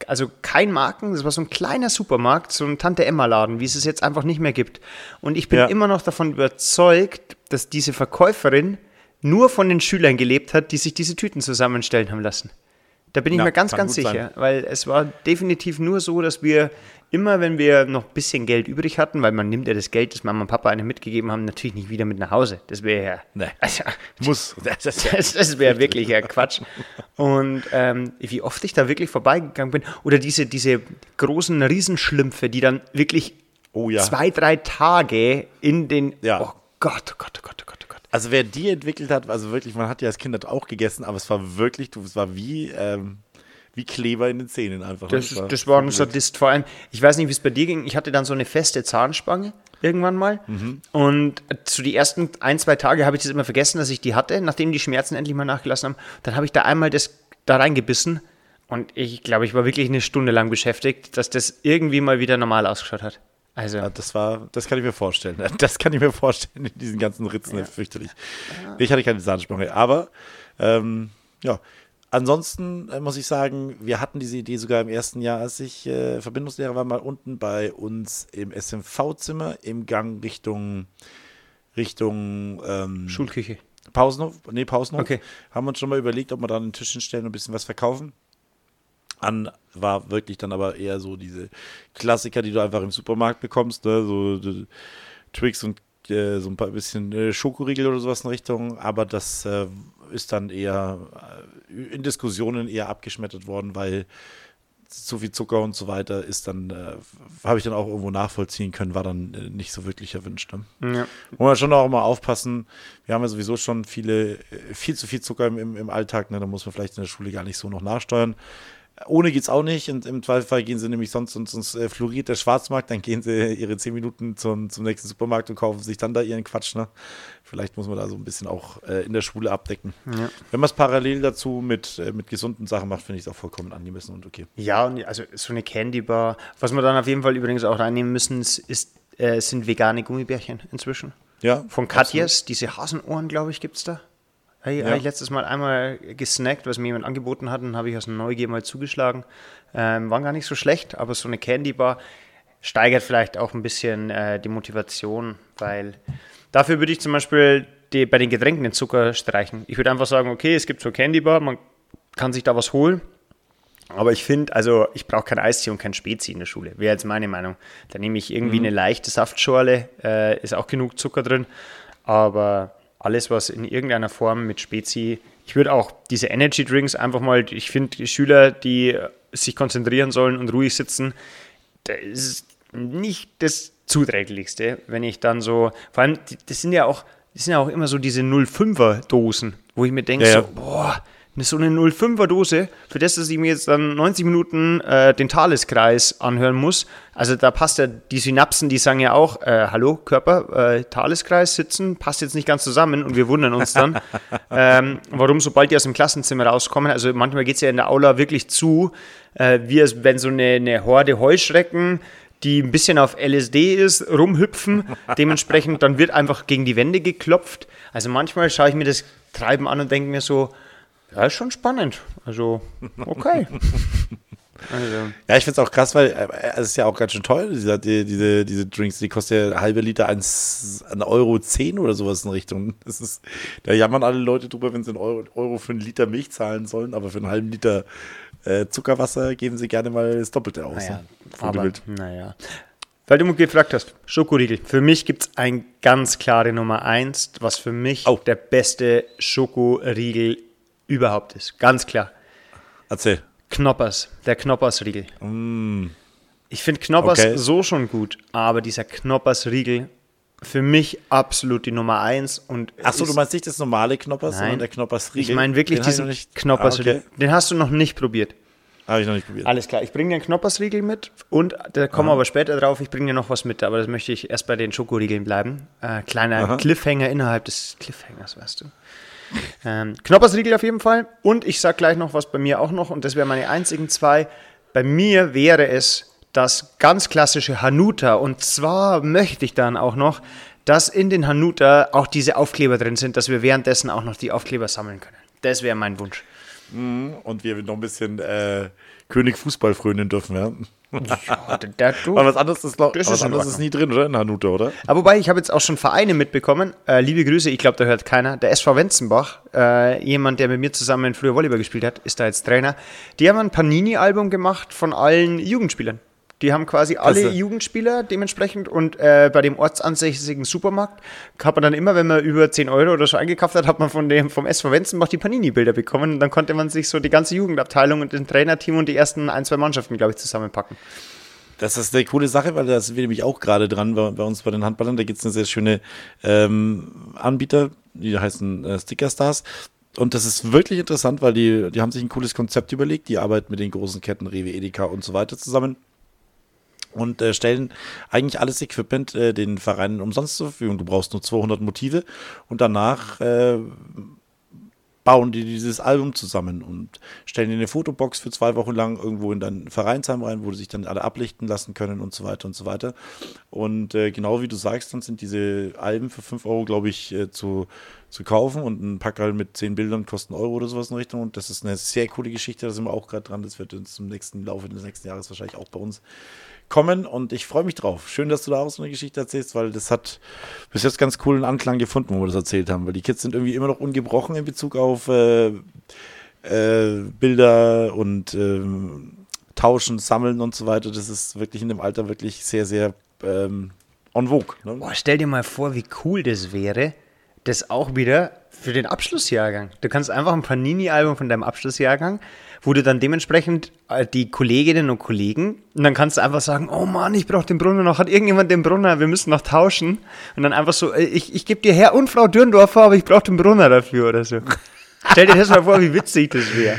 also kein Marken, das war so ein kleiner Supermarkt, so ein Tante-Emma-Laden, wie es es jetzt einfach nicht mehr gibt. Und ich bin Ja. immer noch davon überzeugt, dass diese Verkäuferin nur von den Schülern gelebt hat, die sich diese Tüten zusammenstellen haben lassen. Da bin ich Ja, mir ganz, kann ganz gut sicher, sein. weil es war definitiv nur so, dass wir immer, wenn wir noch ein bisschen Geld übrig hatten, weil man nimmt ja das Geld, das Mama und Papa einem mitgegeben haben, natürlich nicht wieder mit nach Hause. Das wäre ja, Nee. also, Muss. Das ist ja das, das wäre wirklich ja Quatsch. Und ähm, wie oft ich da wirklich vorbeigegangen bin, oder diese, diese großen Riesenschlümpfe, die dann wirklich Oh ja. zwei, drei Tage in den, Ja. oh Gott, oh Gott, oh Gott, oh Gott, oh Gott. Also wer die entwickelt hat, also wirklich, man hat ja als Kind das auch gegessen, aber es war wirklich, du, es war wie, ähm, wie Kleber in den Zähnen einfach. Das, das war ein Sadist. Vor allem, ich weiß nicht, wie es bei dir ging, ich hatte dann so eine feste Zahnspange irgendwann mal und zu die ersten ein, zwei Tage habe ich das immer vergessen, dass ich die hatte, nachdem die Schmerzen endlich mal nachgelassen haben. Dann habe ich da einmal das da reingebissen und ich glaube, ich war wirklich eine Stunde lang beschäftigt, dass das irgendwie mal wieder normal ausgeschaut hat. Also, Ja, das war, das kann ich mir vorstellen. Das kann ich mir vorstellen in diesen ganzen Ritzen, ja. Fürchterlich. Ich hatte keine Zahnspange, aber ähm, ja, ansonsten äh, muss ich sagen, wir hatten diese Idee sogar im ersten Jahr, als ich äh, Verbindungslehrer war, mal unten bei uns im S M V-Zimmer im Gang Richtung Richtung ähm, Schulküche. Pausenhof, nee, Pausenhof. Okay. Haben wir uns schon mal überlegt, ob wir da einen Tisch hinstellen und ein bisschen was verkaufen. An war wirklich dann aber eher so diese Klassiker, die du einfach im Supermarkt bekommst, ne? So äh, Twix und äh, so ein paar bisschen äh, Schokoriegel oder sowas in Richtung, aber das äh, ist dann eher äh, in Diskussionen eher abgeschmettert worden, weil zu viel Zucker und so weiter ist dann, äh, habe ich dann auch irgendwo nachvollziehen können, war dann äh, nicht so wirklich erwünscht. Ne? Ja. Muss man schon auch mal aufpassen, wir haben ja sowieso schon viele, äh, viel zu viel Zucker im, im, im Alltag, ne? Da muss man vielleicht in der Schule gar nicht so noch nachsteuern. Ohne geht's auch nicht. Und im Zweifelsfall gehen sie nämlich sonst, sonst, sonst äh, floriert der Schwarzmarkt, dann gehen sie ihre zehn Minuten zum, zum nächsten Supermarkt und kaufen sich dann da ihren Quatsch. Ne? Vielleicht muss man da so ein bisschen auch äh, in der Schule abdecken. Ja. Wenn man es parallel dazu mit, äh, mit gesunden Sachen macht, finde ich es auch vollkommen angemessen und okay. Ja, und also so eine Candy Bar. Was wir dann auf jeden Fall übrigens auch reinnehmen müssen, ist, ist, äh, sind vegane Gummibärchen inzwischen. Ja, Von Katjes, diese Hasenohren, glaube ich, gibt es da. Habe Ja. ja. ich letztes Mal einmal gesnackt, was mir jemand angeboten hat, und habe ich aus Neugier mal zugeschlagen. Ähm, waren gar nicht so schlecht, aber so eine Candy Bar steigert vielleicht auch ein bisschen äh, die Motivation, weil dafür würde ich zum Beispiel die, bei den Getränken den Zucker streichen. Ich würde einfach sagen, okay, es gibt so Candy Bar, man kann sich da was holen. Aber ich finde, also ich brauche kein Eistee und kein Spezi in der Schule. Wäre jetzt meine Meinung. Da nehme ich irgendwie Mhm. eine leichte Saftschorle, äh, ist auch genug Zucker drin. Aber alles, was in irgendeiner Form mit Spezi, ich würde auch diese Energy Drinks einfach mal, ich finde, die Schüler, die sich konzentrieren sollen und ruhig sitzen, das ist nicht das Zuträglichste, wenn ich dann so, vor allem, die- das sind ja auch, das sind ja auch immer so diese null Komma fünfer Dosen, wo ich mir denke, Ja, ja. so, boah, so eine null Komma fünfer Dose, für das, dass ich mir jetzt dann neunzig Minuten äh, den Thaleskreis anhören muss. Also da passt ja, die Synapsen, die sagen ja auch, äh, hallo Körper, äh, Thaleskreis sitzen, passt jetzt nicht ganz zusammen, und wir wundern uns dann, ähm, warum, sobald die aus dem Klassenzimmer rauskommen, also manchmal geht es ja in der Aula wirklich zu, äh, wie als wenn so eine, eine Horde Heuschrecken, die ein bisschen auf L S D ist, rumhüpfen. Dementsprechend, dann wird einfach gegen die Wände geklopft. Also manchmal schaue ich mir das Treiben an und denke mir so, ja, ist schon spannend. Also, okay. Also, Ja, ich finde es auch krass, weil äh, es ist ja auch ganz schön teuer, diese, die, diese, diese Drinks, die kosten ja halbe Liter eins, ein Euro zehn oder sowas in Richtung. Das ist, da jammern alle Leute drüber, wenn sie einen Euro, Euro für einen Liter Milch zahlen sollen, aber für einen halben Liter äh, Zuckerwasser geben sie gerne mal das Doppelte aus. naja, Ne? aber, Vogelwild. naja. Weil du mich gefragt hast, Schokoriegel. Für mich gibt es ein ganz klare Nummer eins, was für mich Oh. der beste Schokoriegel überhaupt ist. Ganz klar. Erzähl. Knoppers, der Knoppersriegel. Mm, Ich finde Knoppers Okay. so schon gut, aber dieser Knoppersriegel für mich absolut die Nummer eins. Und Achso, ist- du meinst nicht das normale Knoppers, Nein. sondern der Knoppersriegel? Ich meine wirklich Den hab ich diesen noch nicht- Knoppersriegel. Ah, okay. Den hast du noch nicht probiert. Habe ich noch nicht probiert. Alles klar, ich bringe dir einen Knoppersriegel mit, und da kommen wir aber später drauf, ich bringe dir noch was mit, aber das möchte ich erst bei den Schokoriegeln bleiben. Äh, kleiner Aha. Cliffhanger innerhalb des Cliffhangers, weißt du. Ähm, Knoppersriegel auf jeden Fall, und ich sag gleich noch was bei mir auch noch, und das wären meine einzigen zwei. Bei mir wäre es das ganz klassische Hanuta, und zwar möchte ich dann auch noch, dass in den Hanuta auch diese Aufkleber drin sind, dass wir währenddessen auch noch die Aufkleber sammeln können. Das wäre mein Wunsch. Und wir noch ein bisschen äh, König Fußball frönen dürfen, ja. Ja, der, du, Aber was anderes ist, glaub, Das was ist in anderes ist Ordnung. nie drin, oder? In Hanuta, oder? Aber wobei, ich habe jetzt auch schon Vereine mitbekommen. Äh, liebe Grüße, ich glaube, da hört keiner. Der S V Wenzenbach, äh, jemand, der mit mir zusammen früher Volleyball gespielt hat, ist da jetzt Trainer. Die haben ein Panini-Album gemacht von allen Jugendspielern. Die haben quasi alle Klasse. Jugendspieler dementsprechend und äh, bei dem ortsansässigen Supermarkt hat man dann immer, wenn man über zehn Euro oder so eingekauft hat, hat man von dem, vom S V Wenzenbach die Panini-Bilder bekommen und dann konnte man sich so die ganze Jugendabteilung und den Trainerteam und die ersten ein, zwei Mannschaften, glaube ich, zusammenpacken. Das ist eine coole Sache, weil da sind wir nämlich auch gerade dran bei, bei uns bei den Handballern. Da gibt es eine sehr schöne ähm, Anbieter, die heißen äh, Sticker Stars. Und das ist wirklich interessant, weil die, die haben sich ein cooles Konzept überlegt. Die arbeiten mit den großen Ketten Rewe, Edeka und so weiter zusammen. Und äh, stellen eigentlich alles Equipment äh, den Vereinen umsonst zur Verfügung. Du brauchst nur zweihundert Motive und danach äh, bauen die dieses Album zusammen und stellen dir eine Fotobox für zwei Wochen lang irgendwo in dein Vereinsheim rein, wo sie sich dann alle ablichten lassen können und so weiter und so weiter. Und äh, genau wie du sagst, dann sind diese Alben für fünf Euro, glaube ich, äh, zu, zu kaufen und ein Packerl mit zehn Bildern kosten Euro oder sowas in Richtung. Und das ist eine sehr coole Geschichte, da sind wir auch gerade dran. Das wird uns im nächsten Laufe des nächsten Jahres wahrscheinlich auch bei uns kommen und ich freue mich drauf. Schön, dass du da auch so eine Geschichte erzählst, weil das hat bis jetzt ganz coolen Anklang gefunden, wo wir das erzählt haben, weil die Kids sind irgendwie immer noch ungebrochen in Bezug auf äh, äh, Bilder und äh, Tauschen, Sammeln und so weiter. Das ist wirklich in dem Alter wirklich sehr, sehr ähm, en vogue. Ne? Boah, stell dir mal vor, wie cool das wäre, das auch wieder für den Abschlussjahrgang. Du kannst einfach ein Panini-Album von deinem Abschlussjahrgang, wo du dann dementsprechend äh, die Kolleginnen und Kollegen, und dann kannst du einfach sagen, oh Mann, ich brauche den Brunner noch, hat irgendjemand den Brunner, wir müssen noch tauschen. Und dann einfach so, äh, ich, ich gebe dir Herr und Frau Dürndorfer, aber ich brauche den Brunner dafür oder so. Stell dir das mal vor, wie witzig das wäre.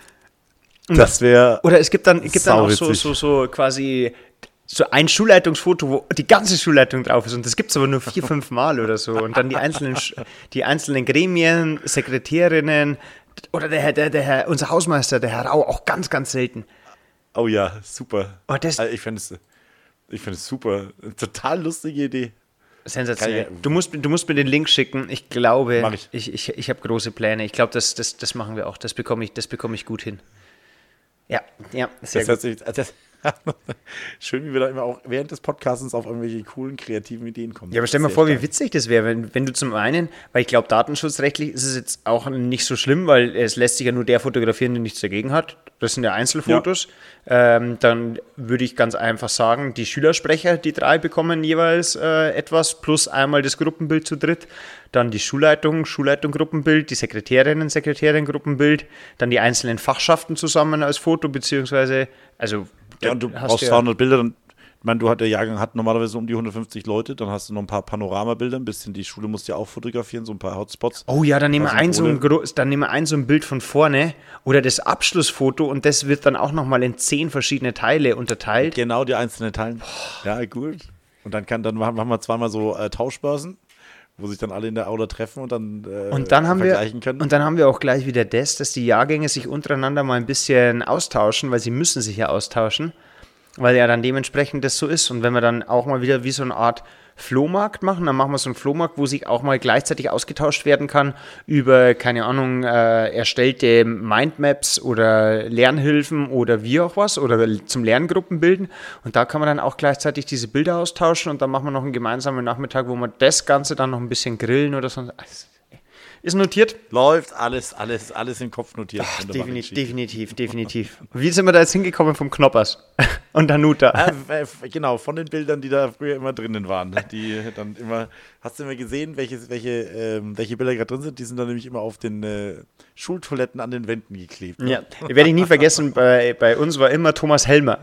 Das wäre Oder es gibt dann, es gibt dann auch so, sauwitzig. so, so quasi so ein Schulleitungsfoto, wo die ganze Schulleitung drauf ist und das gibt es aber nur vier, fünf Mal oder so und dann die einzelnen, Sch- die einzelnen Gremien, Sekretärinnen oder der, Herr- der, der Herr, unser Hausmeister, der Herr Rau, auch ganz, ganz selten. Oh ja, super. Oh, das- also ich finde es, ich finde es super. Eine total lustige Idee. Sensationell. Kann ich- Du musst, du musst mir den Link schicken. Ich glaube, Mach ich. ich, ich, ich habe große Pläne. Ich glaube, das, das, das machen wir auch. Das bekomme ich, das bekomme ich gut hin. Ja, ja, sehr Das gut. hört sich, das, schön, wie wir da immer auch während des Podcasts auf irgendwelche coolen, kreativen Ideen kommen. Ja, aber stell dir mal Sehr vor, wie stark. witzig das wäre, wenn, wenn du zum einen, weil ich glaube, datenschutzrechtlich ist es jetzt auch nicht so schlimm, weil es lässt sich ja nur der fotografieren, der nichts dagegen hat. Das sind ja Einzelfotos. Ähm, dann würde ich ganz einfach sagen, die Schülersprecher, die drei bekommen jeweils äh, etwas, plus einmal das Gruppenbild zu dritt. Dann die Schulleitung, Schulleitung Gruppenbild, die Sekretärinnen, Sekretärin Gruppenbild, dann die einzelnen Fachschaften zusammen als Foto, beziehungsweise, also Ja, und du hast brauchst ja- zweihundert Bilder. Dann, ich meine, du hat, der Jahrgang hat normalerweise um die hundertfünfzig Leute. Dann hast du noch ein paar Panoramabilder. Ein bisschen, die Schule musst du ja auch fotografieren, so ein paar Hotspots. Oh ja, dann nehmen wir Paar ein so ein, Symbole. gro- dann nehmen wir ein so ein Bild von vorne oder das Abschlussfoto und das wird dann auch nochmal in zehn verschiedene Teile unterteilt. Genau, die einzelnen Teilen. Ja, gut. Und dann kann, dann machen machen wir zweimal so äh, Tauschbörsen, wo sich dann alle in der Aula treffen und dann, äh, Und dann haben wir vergleichen können. und dann haben wir auch gleich wieder das, dass die Jahrgänge sich untereinander mal ein bisschen austauschen, weil sie müssen sich ja austauschen, weil ja dann dementsprechend das so ist. Und wenn wir dann auch mal wieder wie so eine Art Flohmarkt machen, dann machen wir so einen Flohmarkt, wo sich auch mal gleichzeitig ausgetauscht werden kann über, keine Ahnung, äh, erstellte Mindmaps oder Lernhilfen oder wie auch was oder zum Lerngruppen bilden. Und da kann man dann auch gleichzeitig diese Bilder austauschen und dann machen wir noch einen gemeinsamen Nachmittag, wo wir das Ganze dann noch ein bisschen grillen oder so. Ist notiert? Läuft alles, alles, alles im Kopf notiert. Ach, Wunderbare definitiv, Geschichte. definitiv, definitiv. Wie sind wir da jetzt hingekommen vom Knoppers und Hanuta? Äh, äh, genau, von den Bildern, die da früher immer drinnen waren. Die dann immer, hast du immer gesehen, welche, welche, ähm, welche Bilder gerade drin sind? Die sind dann nämlich immer auf den äh, Schultoiletten an den Wänden geklebt. Ja, werde ich nie vergessen, bei, bei uns war immer Thomas Helmer.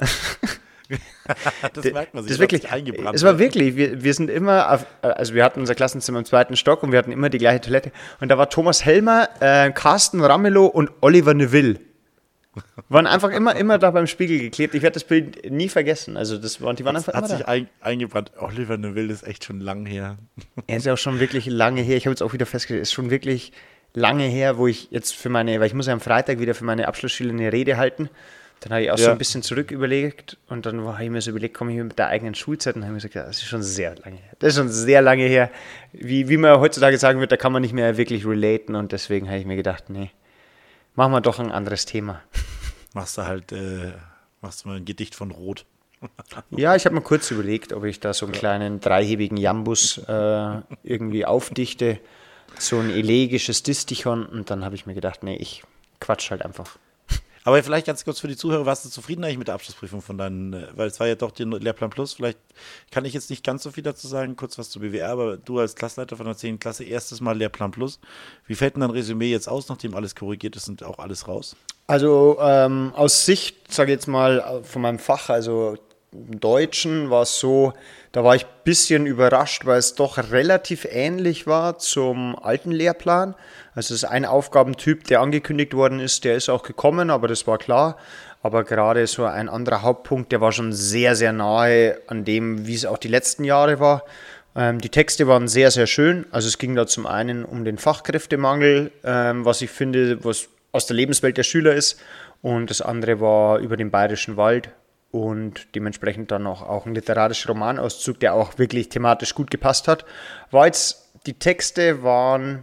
Das merkt man sich. Das ist hat wirklich, sich eingebrannt. es war wirklich, wir, wir sind immer, auf, also wir hatten unser Klassenzimmer im zweiten Stock und wir hatten immer die gleiche Toilette und da war Thomas Helmer, äh, Carsten Ramelow und Oliver Neville. Waren einfach immer, immer da beim Spiegel geklebt. Ich werde das Bild nie vergessen. Also das waren, die waren einfach hat immer sich da. ein, eingebrannt. Oliver Neville ist echt schon lang her. Er ist ja auch schon wirklich lange her. Ich habe jetzt auch wieder festgestellt, es ist schon wirklich lange her, wo ich jetzt für meine, weil ich muss ja am Freitag wieder für meine Abschlussschüler eine Rede halten. Dann habe ich auch so Ja. ein bisschen zurück überlegt und dann habe ich mir so überlegt, komme ich mit der eigenen Schulzeit und habe mir so gedacht, das ist schon sehr lange her. Das ist schon sehr lange her. Wie, wie man heutzutage sagen wird, da kann man nicht mehr wirklich relaten und deswegen habe ich mir gedacht, nee, machen wir doch ein anderes Thema. machst du halt, äh, machst du mal ein Gedicht von Rot. Ja, ich habe mir kurz überlegt, ob ich da so einen kleinen dreihebigen Jambus äh, irgendwie aufdichte, so ein elegisches Distichon, und dann habe ich mir gedacht, nee, ich quatsch halt einfach. Aber vielleicht ganz kurz für die Zuhörer, warst du zufrieden eigentlich mit der Abschlussprüfung von deinen, äh, weil es war ja doch der Lehrplan Plus, vielleicht kann ich jetzt nicht ganz so viel dazu sagen, kurz was zu B W R, aber du als Klassleiter von der zehnten Klasse, erstes Mal Lehrplan Plus. Wie fällt denn dein Resümee jetzt aus, nachdem alles korrigiert ist und auch alles raus? Also ähm, aus Sicht, sage ich jetzt mal, von meinem Fach, also im Deutschen, war es so, da war ich ein bisschen überrascht, weil es doch relativ ähnlich war zum alten Lehrplan. Also es ist ein Aufgabentyp, der angekündigt worden ist, der ist auch gekommen, aber das war klar. Aber gerade so ein anderer Hauptpunkt, der war schon sehr, sehr nahe an dem, wie es auch die letzten Jahre war. Ähm, die Texte waren sehr, sehr schön. Also es ging da zum einen um den Fachkräftemangel, ähm, was ich finde, was aus der Lebenswelt der Schüler ist. Und das andere war über den Bayerischen Wald. Und dementsprechend dann auch, auch ein literarischer Romanauszug, der auch wirklich thematisch gut gepasst hat. War jetzt, die Texte waren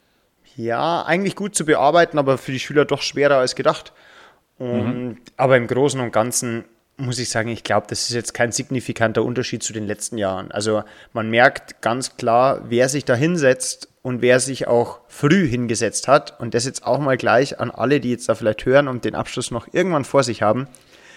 ja eigentlich gut zu bearbeiten, aber für die Schüler doch schwerer als gedacht. Und, mhm. Aber im Großen und Ganzen muss ich sagen, ich glaube, das ist jetzt kein signifikanter Unterschied zu den letzten Jahren. Also man merkt ganz klar, wer sich da hinsetzt und wer sich auch früh hingesetzt hat. Und das jetzt auch mal gleich an alle, die jetzt da vielleicht hören und den Abschluss noch irgendwann vor sich haben.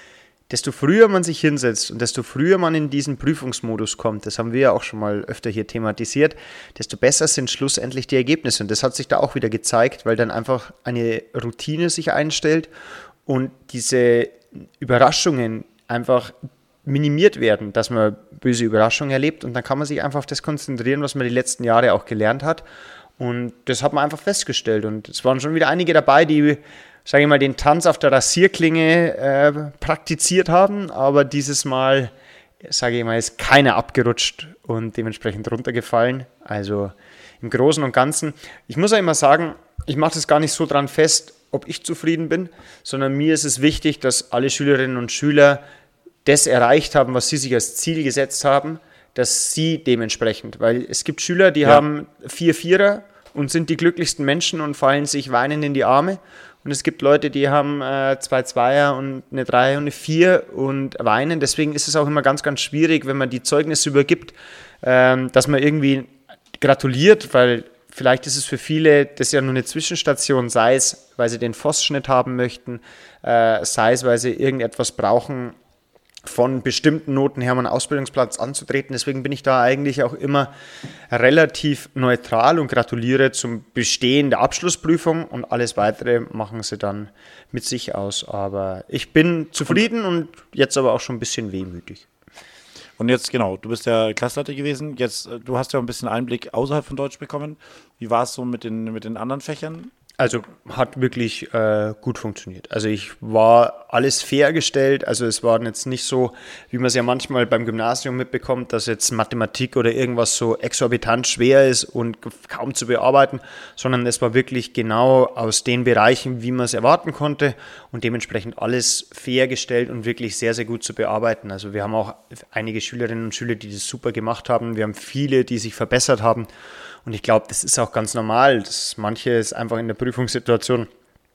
Desto früher man sich hinsetzt und desto früher man in diesen Prüfungsmodus kommt, das haben wir ja auch schon mal öfter hier thematisiert, desto besser sind schlussendlich die Ergebnisse. Und das hat sich da auch wieder gezeigt, weil dann einfach eine Routine sich einstellt und diese Überraschungen einfach minimiert werden, dass man böse Überraschungen erlebt, und dann kann man sich einfach auf das konzentrieren, was man die letzten Jahre auch gelernt hat. Und das hat man einfach festgestellt. Und es waren schon wieder einige dabei, die, sage ich mal, den Tanz auf der Rasierklinge äh, praktiziert haben, aber dieses Mal, sage ich mal, ist keiner abgerutscht und dementsprechend runtergefallen. Also im Großen und Ganzen, ich muss ja immer sagen, ich mache das gar nicht so dran fest, ob ich zufrieden bin, sondern mir ist es wichtig, dass alle Schülerinnen und Schüler das erreicht haben, was sie sich als Ziel gesetzt haben, dass sie dementsprechend, weil es gibt Schüler, die ja. haben vier Vierer und sind die glücklichsten Menschen und fallen sich weinend in die Arme. Und es gibt Leute, die haben äh, zwei Zweier und eine Drei und eine Vier und weinen. Deswegen ist es auch immer ganz, ganz schwierig, wenn man die Zeugnisse übergibt, ähm, dass man irgendwie gratuliert, weil vielleicht ist es für viele, das ist ja nur eine Zwischenstation, sei es, weil sie den F O S-Schnitt haben möchten, äh, sei es, weil sie irgendetwas brauchen, von bestimmten Noten her, um einen Ausbildungsplatz anzutreten. Deswegen bin ich da eigentlich auch immer relativ neutral und gratuliere zum Bestehen der Abschlussprüfung, und alles Weitere machen sie dann mit sich aus. Aber ich bin zufrieden und jetzt aber auch schon ein bisschen wehmütig. Und jetzt, genau, du bist ja Klassleiter gewesen. Jetzt, du hast ja ein bisschen Einblick außerhalb von Deutsch bekommen. Wie war es so mit den, mit den anderen Fächern? Also hat wirklich äh, gut funktioniert. Also ich war alles fair gestellt. Also es war jetzt nicht so, wie man es ja manchmal beim Gymnasium mitbekommt, dass jetzt Mathematik oder irgendwas so exorbitant schwer ist und kaum zu bearbeiten, sondern es war wirklich genau aus den Bereichen, wie man es erwarten konnte, und dementsprechend alles fair gestellt und wirklich sehr, sehr gut zu bearbeiten. Also wir haben auch einige Schülerinnen und Schüler, die das super gemacht haben. Wir haben viele, die sich verbessert haben. Und ich glaube, das ist auch ganz normal, dass manche es einfach in der Prüfungssituation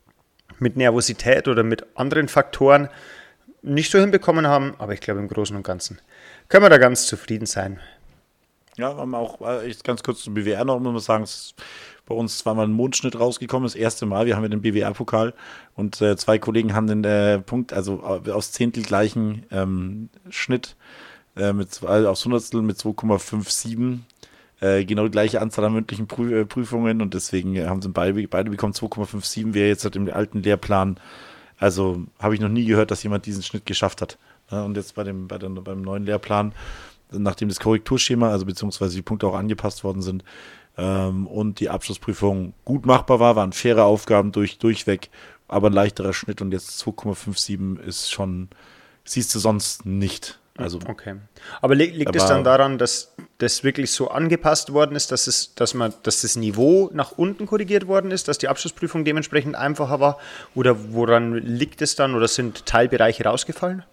mit Nervosität oder mit anderen Faktoren nicht so hinbekommen haben. Aber ich glaube, im Großen und Ganzen können wir da ganz zufrieden sein. Ja, wir haben auch, jetzt ganz kurz zum B W R noch, muss man sagen, es bei uns zweimal ein Mondschnitt rausgekommen, das erste Mal. Wir haben ja den B W R-Pokal und äh, zwei Kollegen haben den äh, Punkt, also aus Zehntel gleichen ähm, Schnitt äh, mit, also aufs Hundertstel mit zwei Komma siebenundfünfzig. Genau die gleiche Anzahl an mündlichen Prü- Prüfungen, und deswegen haben sie beide, beide bekommen zwei Komma siebenundfünfzig, wäre jetzt halt im alten Lehrplan. Also habe ich noch nie gehört, dass jemand diesen Schnitt geschafft hat. Ja, und jetzt bei dem, bei dem, beim neuen Lehrplan, nachdem das Korrekturschema, also beziehungsweise die Punkte auch angepasst worden sind, ähm, und die Abschlussprüfung gut machbar war, waren faire Aufgaben durch, durchweg, aber ein leichterer Schnitt, und jetzt zwei Komma siebenundfünfzig ist schon, siehst du sonst nicht. Also, okay. Aber li- liegt es dann daran, dass das wirklich so angepasst worden ist, dass es, dass man, dass das Niveau nach unten korrigiert worden ist, dass die Abschlussprüfung dementsprechend einfacher war? Oder woran liegt es dann? Oder sind Teilbereiche rausgefallen?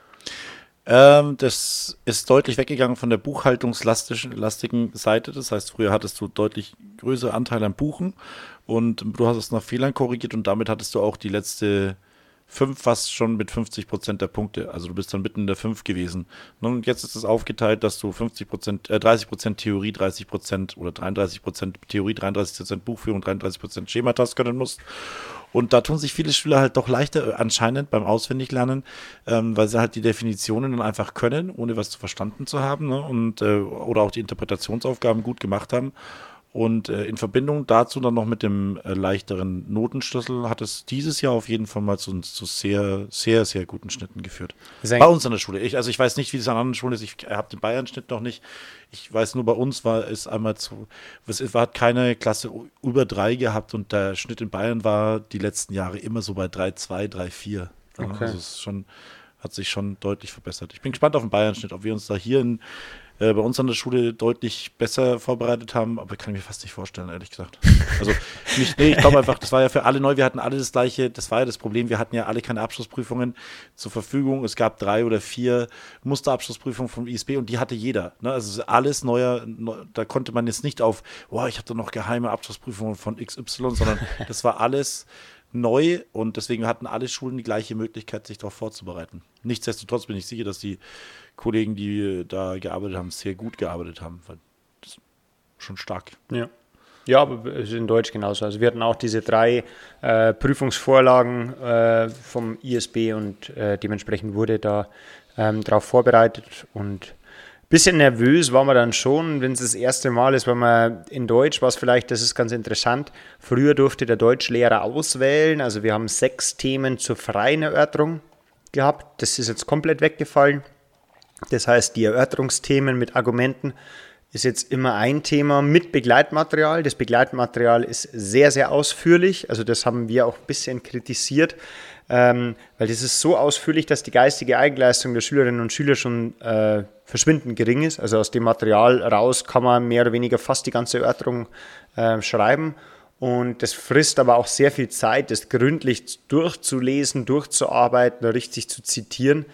Ähm, das ist deutlich weggegangen von der buchhaltungslastigen Seite. Das heißt, früher hattest du deutlich größere Anteile an Buchen und du hast es nach Fehlern korrigiert, und damit hattest du auch die letzte fünf fast schon mit fünfzig Prozent der Punkte. Also du bist dann mitten in der fünf gewesen. Und jetzt ist es aufgeteilt, dass du fünfzig Prozent, äh, dreißig Prozent Theorie, dreißig Prozent oder dreiunddreißig Prozent Theorie, dreiunddreißig Prozent Buchführung, dreiunddreißig Prozent Schematas können musst. Und da tun sich viele Schüler halt doch leichter anscheinend beim Auswendiglernen, ähm, weil sie halt die Definitionen dann einfach können, ohne was zu verstanden zu haben, ne? Und äh, oder auch die Interpretationsaufgaben gut gemacht haben. Und äh, in Verbindung dazu dann noch mit dem äh, leichteren Notenschlüssel hat es dieses Jahr auf jeden Fall mal zu, zu sehr, sehr, sehr guten Schnitten geführt. Bei uns an der Schule. Ich, also ich weiß nicht, wie es an anderen Schulen ist. Ich habe den Bayern-Schnitt noch nicht. Ich weiß nur, bei uns war es einmal zu, es hat keine Klasse über drei gehabt und der Schnitt in Bayern war die letzten Jahre immer so bei drei Komma zwei, drei Komma vier. Ja, okay. Also es ist schon, hat sich schon deutlich verbessert. Ich bin gespannt auf den Bayern-Schnitt, ob wir uns da hier in bei uns an der Schule deutlich besser vorbereitet haben, aber kann ich mir fast nicht vorstellen, ehrlich gesagt. Also nicht, nee, ich glaube einfach, das war ja für alle neu, wir hatten alle das Gleiche, das war ja das Problem, wir hatten ja alle keine Abschlussprüfungen zur Verfügung, es gab drei oder vier Musterabschlussprüfungen vom I S B und die hatte jeder, ne? Also alles neuer, neu, da konnte man jetzt nicht auf, boah, ich habe da noch geheime Abschlussprüfungen von X Y, sondern das war alles neu und deswegen hatten alle Schulen die gleiche Möglichkeit, sich darauf vorzubereiten. Nichtsdestotrotz bin ich sicher, dass die Kollegen, die da gearbeitet haben, sehr gut gearbeitet haben. Das ist schon stark. Ja. Ja, aber es ist in Deutsch genauso. Also wir hatten auch diese drei äh, Prüfungsvorlagen äh, vom I S B und äh, dementsprechend wurde da ähm, darauf vorbereitet und ein bisschen nervös war man dann schon, wenn es das erste Mal ist, weil man in Deutsch war es vielleicht, das ist ganz interessant, früher durfte der Deutschlehrer auswählen, also wir haben sechs Themen zur freien Erörterung gehabt, das ist jetzt komplett weggefallen. Das heißt, die Erörterungsthemen mit Argumenten ist jetzt immer ein Thema mit Begleitmaterial. Das Begleitmaterial ist sehr, sehr ausführlich. Also das haben wir auch ein bisschen kritisiert, ähm, weil das ist so ausführlich, dass die geistige Eigenleistung der Schülerinnen und Schüler schon äh, verschwindend gering ist. Also aus dem Material raus kann man mehr oder weniger fast die ganze Erörterung äh, schreiben. Und das frisst aber auch sehr viel Zeit, das gründlich durchzulesen, durchzuarbeiten, richtig zu zitieren.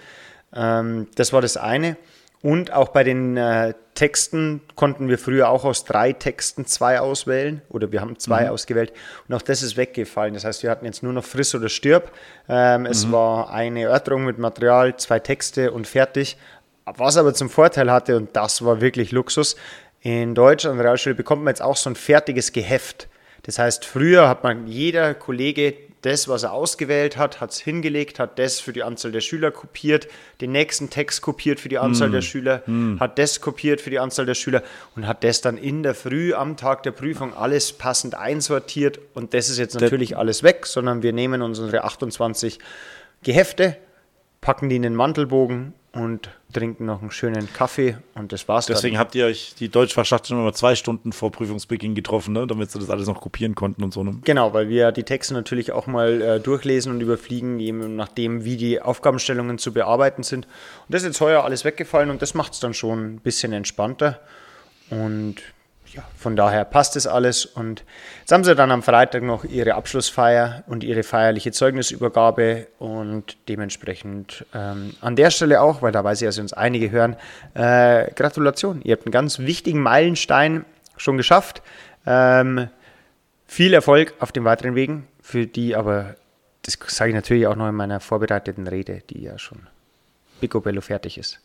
Das war das eine. Und auch bei den äh, Texten konnten wir früher auch aus drei Texten zwei auswählen. Oder wir haben zwei mhm. ausgewählt. Und auch das ist weggefallen. Das heißt, wir hatten jetzt nur noch Friss oder Stirb. Ähm, mhm. Es war eine Erörterung mit Material, zwei Texte und fertig. Was aber zum Vorteil hatte, und das war wirklich Luxus, in Deutsch an der Realschule bekommt man jetzt auch so ein fertiges Geheft. Das heißt, früher hat man jeder Kollege das, was er ausgewählt hat, hat es hingelegt, hat das für die Anzahl der Schüler kopiert, den nächsten Text kopiert für die Anzahl mm. der Schüler, mm. hat das kopiert für die Anzahl der Schüler und hat das dann in der Früh am Tag der Prüfung alles passend einsortiert. Und das ist jetzt natürlich das alles weg, sondern wir nehmen unsere achtundzwanzig Gehefte, packen die in den Mantelbogen und trinken noch einen schönen Kaffee und das war's. Deswegen dann. Habt ihr euch die Deutschfachschaft schon mal zwei Stunden vor Prüfungsbeginn getroffen, ne? Damit sie das alles noch kopieren konnten und so. Ne? Genau, weil wir die Texte natürlich auch mal äh, durchlesen und überfliegen, je nachdem, wie die Aufgabenstellungen zu bearbeiten sind. Und das ist jetzt heuer alles weggefallen und das macht es dann schon ein bisschen entspannter. Und ja, von daher passt es alles. Und jetzt haben sie dann am Freitag noch ihre Abschlussfeier und ihre feierliche Zeugnisübergabe und dementsprechend ähm, an der Stelle auch, weil da weiß ich, dass uns einige hören, äh, Gratulation. Ihr habt einen ganz wichtigen Meilenstein schon geschafft. Ähm, viel Erfolg auf den weiteren Wegen, für die aber, das sage ich natürlich auch noch in meiner vorbereiteten Rede, die ja schon picobello fertig ist.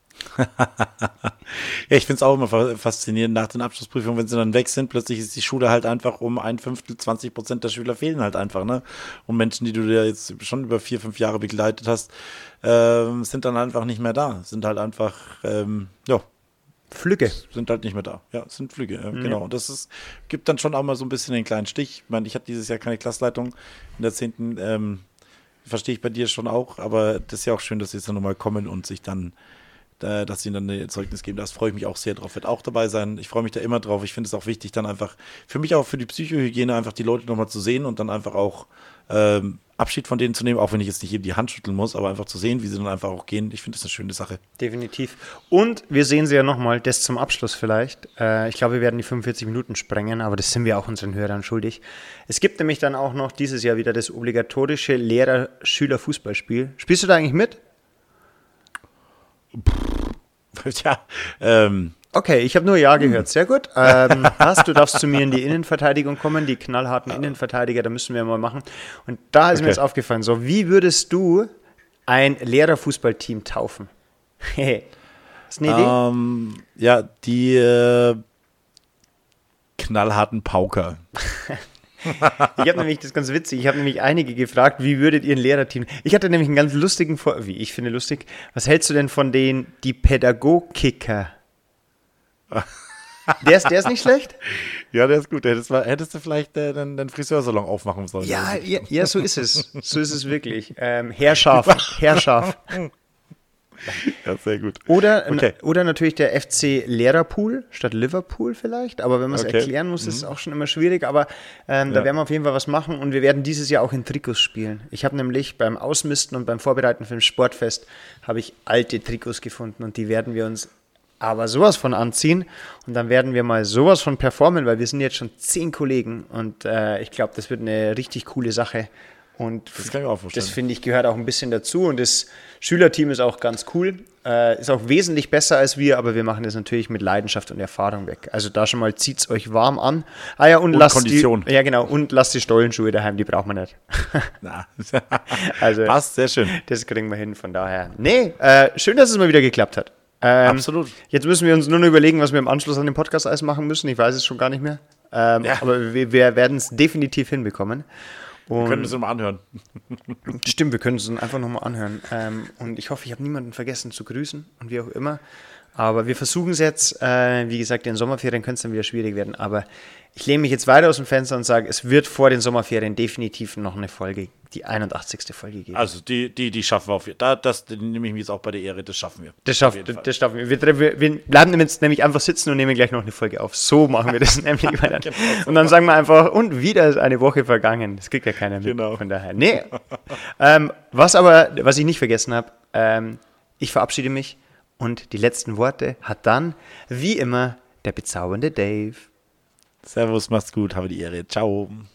Ja, ich finde es auch immer faszinierend nach den Abschlussprüfungen, wenn sie dann weg sind, plötzlich ist die Schule halt einfach um ein Fünftel, zwanzig Prozent der Schüler fehlen halt einfach, ne? Und Menschen, die du ja jetzt schon über vier, fünf Jahre begleitet hast, ähm, sind dann einfach nicht mehr da, sind halt einfach, ähm, ja, Flügge. Sind halt nicht mehr da. Ja, sind Flüge, ja, mhm. genau. Und das ist, gibt dann schon auch mal so ein bisschen den kleinen Stich. Ich meine, ich hatte dieses Jahr keine Klassleitung in der zehnten Ähm, verstehe ich bei dir schon auch, aber das ist ja auch schön, dass sie jetzt dann nochmal kommen und sich dann dass sie dann ein Zeugnis geben. Das freue ich mich auch sehr drauf. Wird auch dabei sein. Ich freue mich da immer drauf. Ich finde es auch wichtig, dann einfach, für mich auch für die Psychohygiene, einfach die Leute nochmal zu sehen und dann einfach auch ähm, Abschied von denen zu nehmen, auch wenn ich jetzt nicht eben die Hand schütteln muss, aber einfach zu sehen, wie sie dann einfach auch gehen. Ich finde das eine schöne Sache. Definitiv. Und wir sehen sie ja nochmal, das zum Abschluss vielleicht. Äh, ich glaube, wir werden die fünfundvierzig Minuten sprengen, aber das sind wir auch unseren Hörern schuldig. Es gibt nämlich dann auch noch dieses Jahr wieder das obligatorische Lehrer-Schüler-Fußballspiel. Spielst du da eigentlich mit? Ja, ähm, Okay, ich habe nur Ja gehört. Sehr gut. Ähm, passt, du darfst zu mir in die Innenverteidigung kommen, die knallharten Innenverteidiger, da müssen wir mal machen. Und da ist Okay. mir jetzt aufgefallen, so, wie würdest du ein Lehrerfußballteam taufen? Hast du eine Idee? Ähm, ja, die äh, knallharten Pauker. Ich habe nämlich, das ist ganz witzig, ich habe nämlich einige gefragt, wie würdet ihr ein Lehrerteam... Ich hatte nämlich einen ganz lustigen, Vor wie ich finde lustig, was hältst du denn von den, die Pädagogkicker? Der ist, der ist nicht schlecht? Ja, der ist gut. Hättest, du- hättest du vielleicht äh, den, den Friseursalon aufmachen sollen. Ja, Also, ja, ja, so ist es. So ist es wirklich. Ähm, Herrschaft, Herrschaft. ja, sehr gut. Oder, Okay. oder natürlich der F C Lehrerpool statt Liverpool vielleicht. Aber wenn man es Okay. erklären muss, ist es auch schon immer schwierig. Aber ähm, da Ja. werden wir auf jeden Fall was machen. Und wir werden dieses Jahr auch in Trikots spielen. Ich habe nämlich beim Ausmisten und beim Vorbereiten für ein Sportfest habe ich alte Trikots gefunden. Und die werden wir uns aber sowas von anziehen. Und dann werden wir mal sowas von performen, weil wir sind jetzt schon zehn Kollegen. Und äh, ich glaube, das wird eine richtig coole Sache. Und Das kann ich mir auch vorstellen. das finde ich gehört auch ein bisschen dazu. Und das Schülerteam ist auch ganz cool. Äh, ist auch wesentlich besser als wir, aber wir machen das natürlich mit Leidenschaft und Erfahrung weg. Also da schon mal zieht's euch warm an. Ah ja, und, Und lasst Kondition. die, ja genau, und lasst die Stollenschuhe daheim, die braucht man nicht. Na. Also Passt, sehr schön. das kriegen wir hin, von daher. Nee, äh, schön, dass es mal wieder geklappt hat. Ähm, Absolut. Jetzt müssen wir uns nur noch überlegen, was wir im Anschluss an den Podcast alles machen müssen. Ich weiß es schon gar nicht mehr. Ähm, Ja. Aber wir, wir werden es definitiv hinbekommen. Wir Und können das nochmal anhören. Stimmt, wir können es uns einfach nochmal anhören. Ähm, und ich hoffe, ich habe niemanden vergessen zu grüßen und wie auch immer. Aber wir versuchen es jetzt. Äh, wie gesagt, in den Sommerferien könnte es dann wieder schwierig werden. Aber ich lehne mich jetzt weiter aus dem Fenster und sage, es wird vor den Sommerferien definitiv noch eine Folge, die einundachtzigste Folge geben. Also, die, die, die schaffen wir auf jeden Fall. Da, das nehme ich mir jetzt auch bei der Ehre, das schaffen wir. Das, Auf schafft, jeden Fall. das schaffen wir. Wir, tre- wir. wir bleiben jetzt nämlich einfach sitzen und nehmen gleich noch eine Folge auf. So machen wir das nämlich. Weil dann, und dann sagen wir einfach, und wieder ist eine Woche vergangen. Das kriegt ja keiner mit. Genau. Von daher. Nee. ähm, was aber, was ich nicht vergessen habe, ähm, ich verabschiede mich und die letzten Worte hat dann, wie immer, der bezaubernde Dave. Servus, macht's gut, habe die Ehre. Ciao.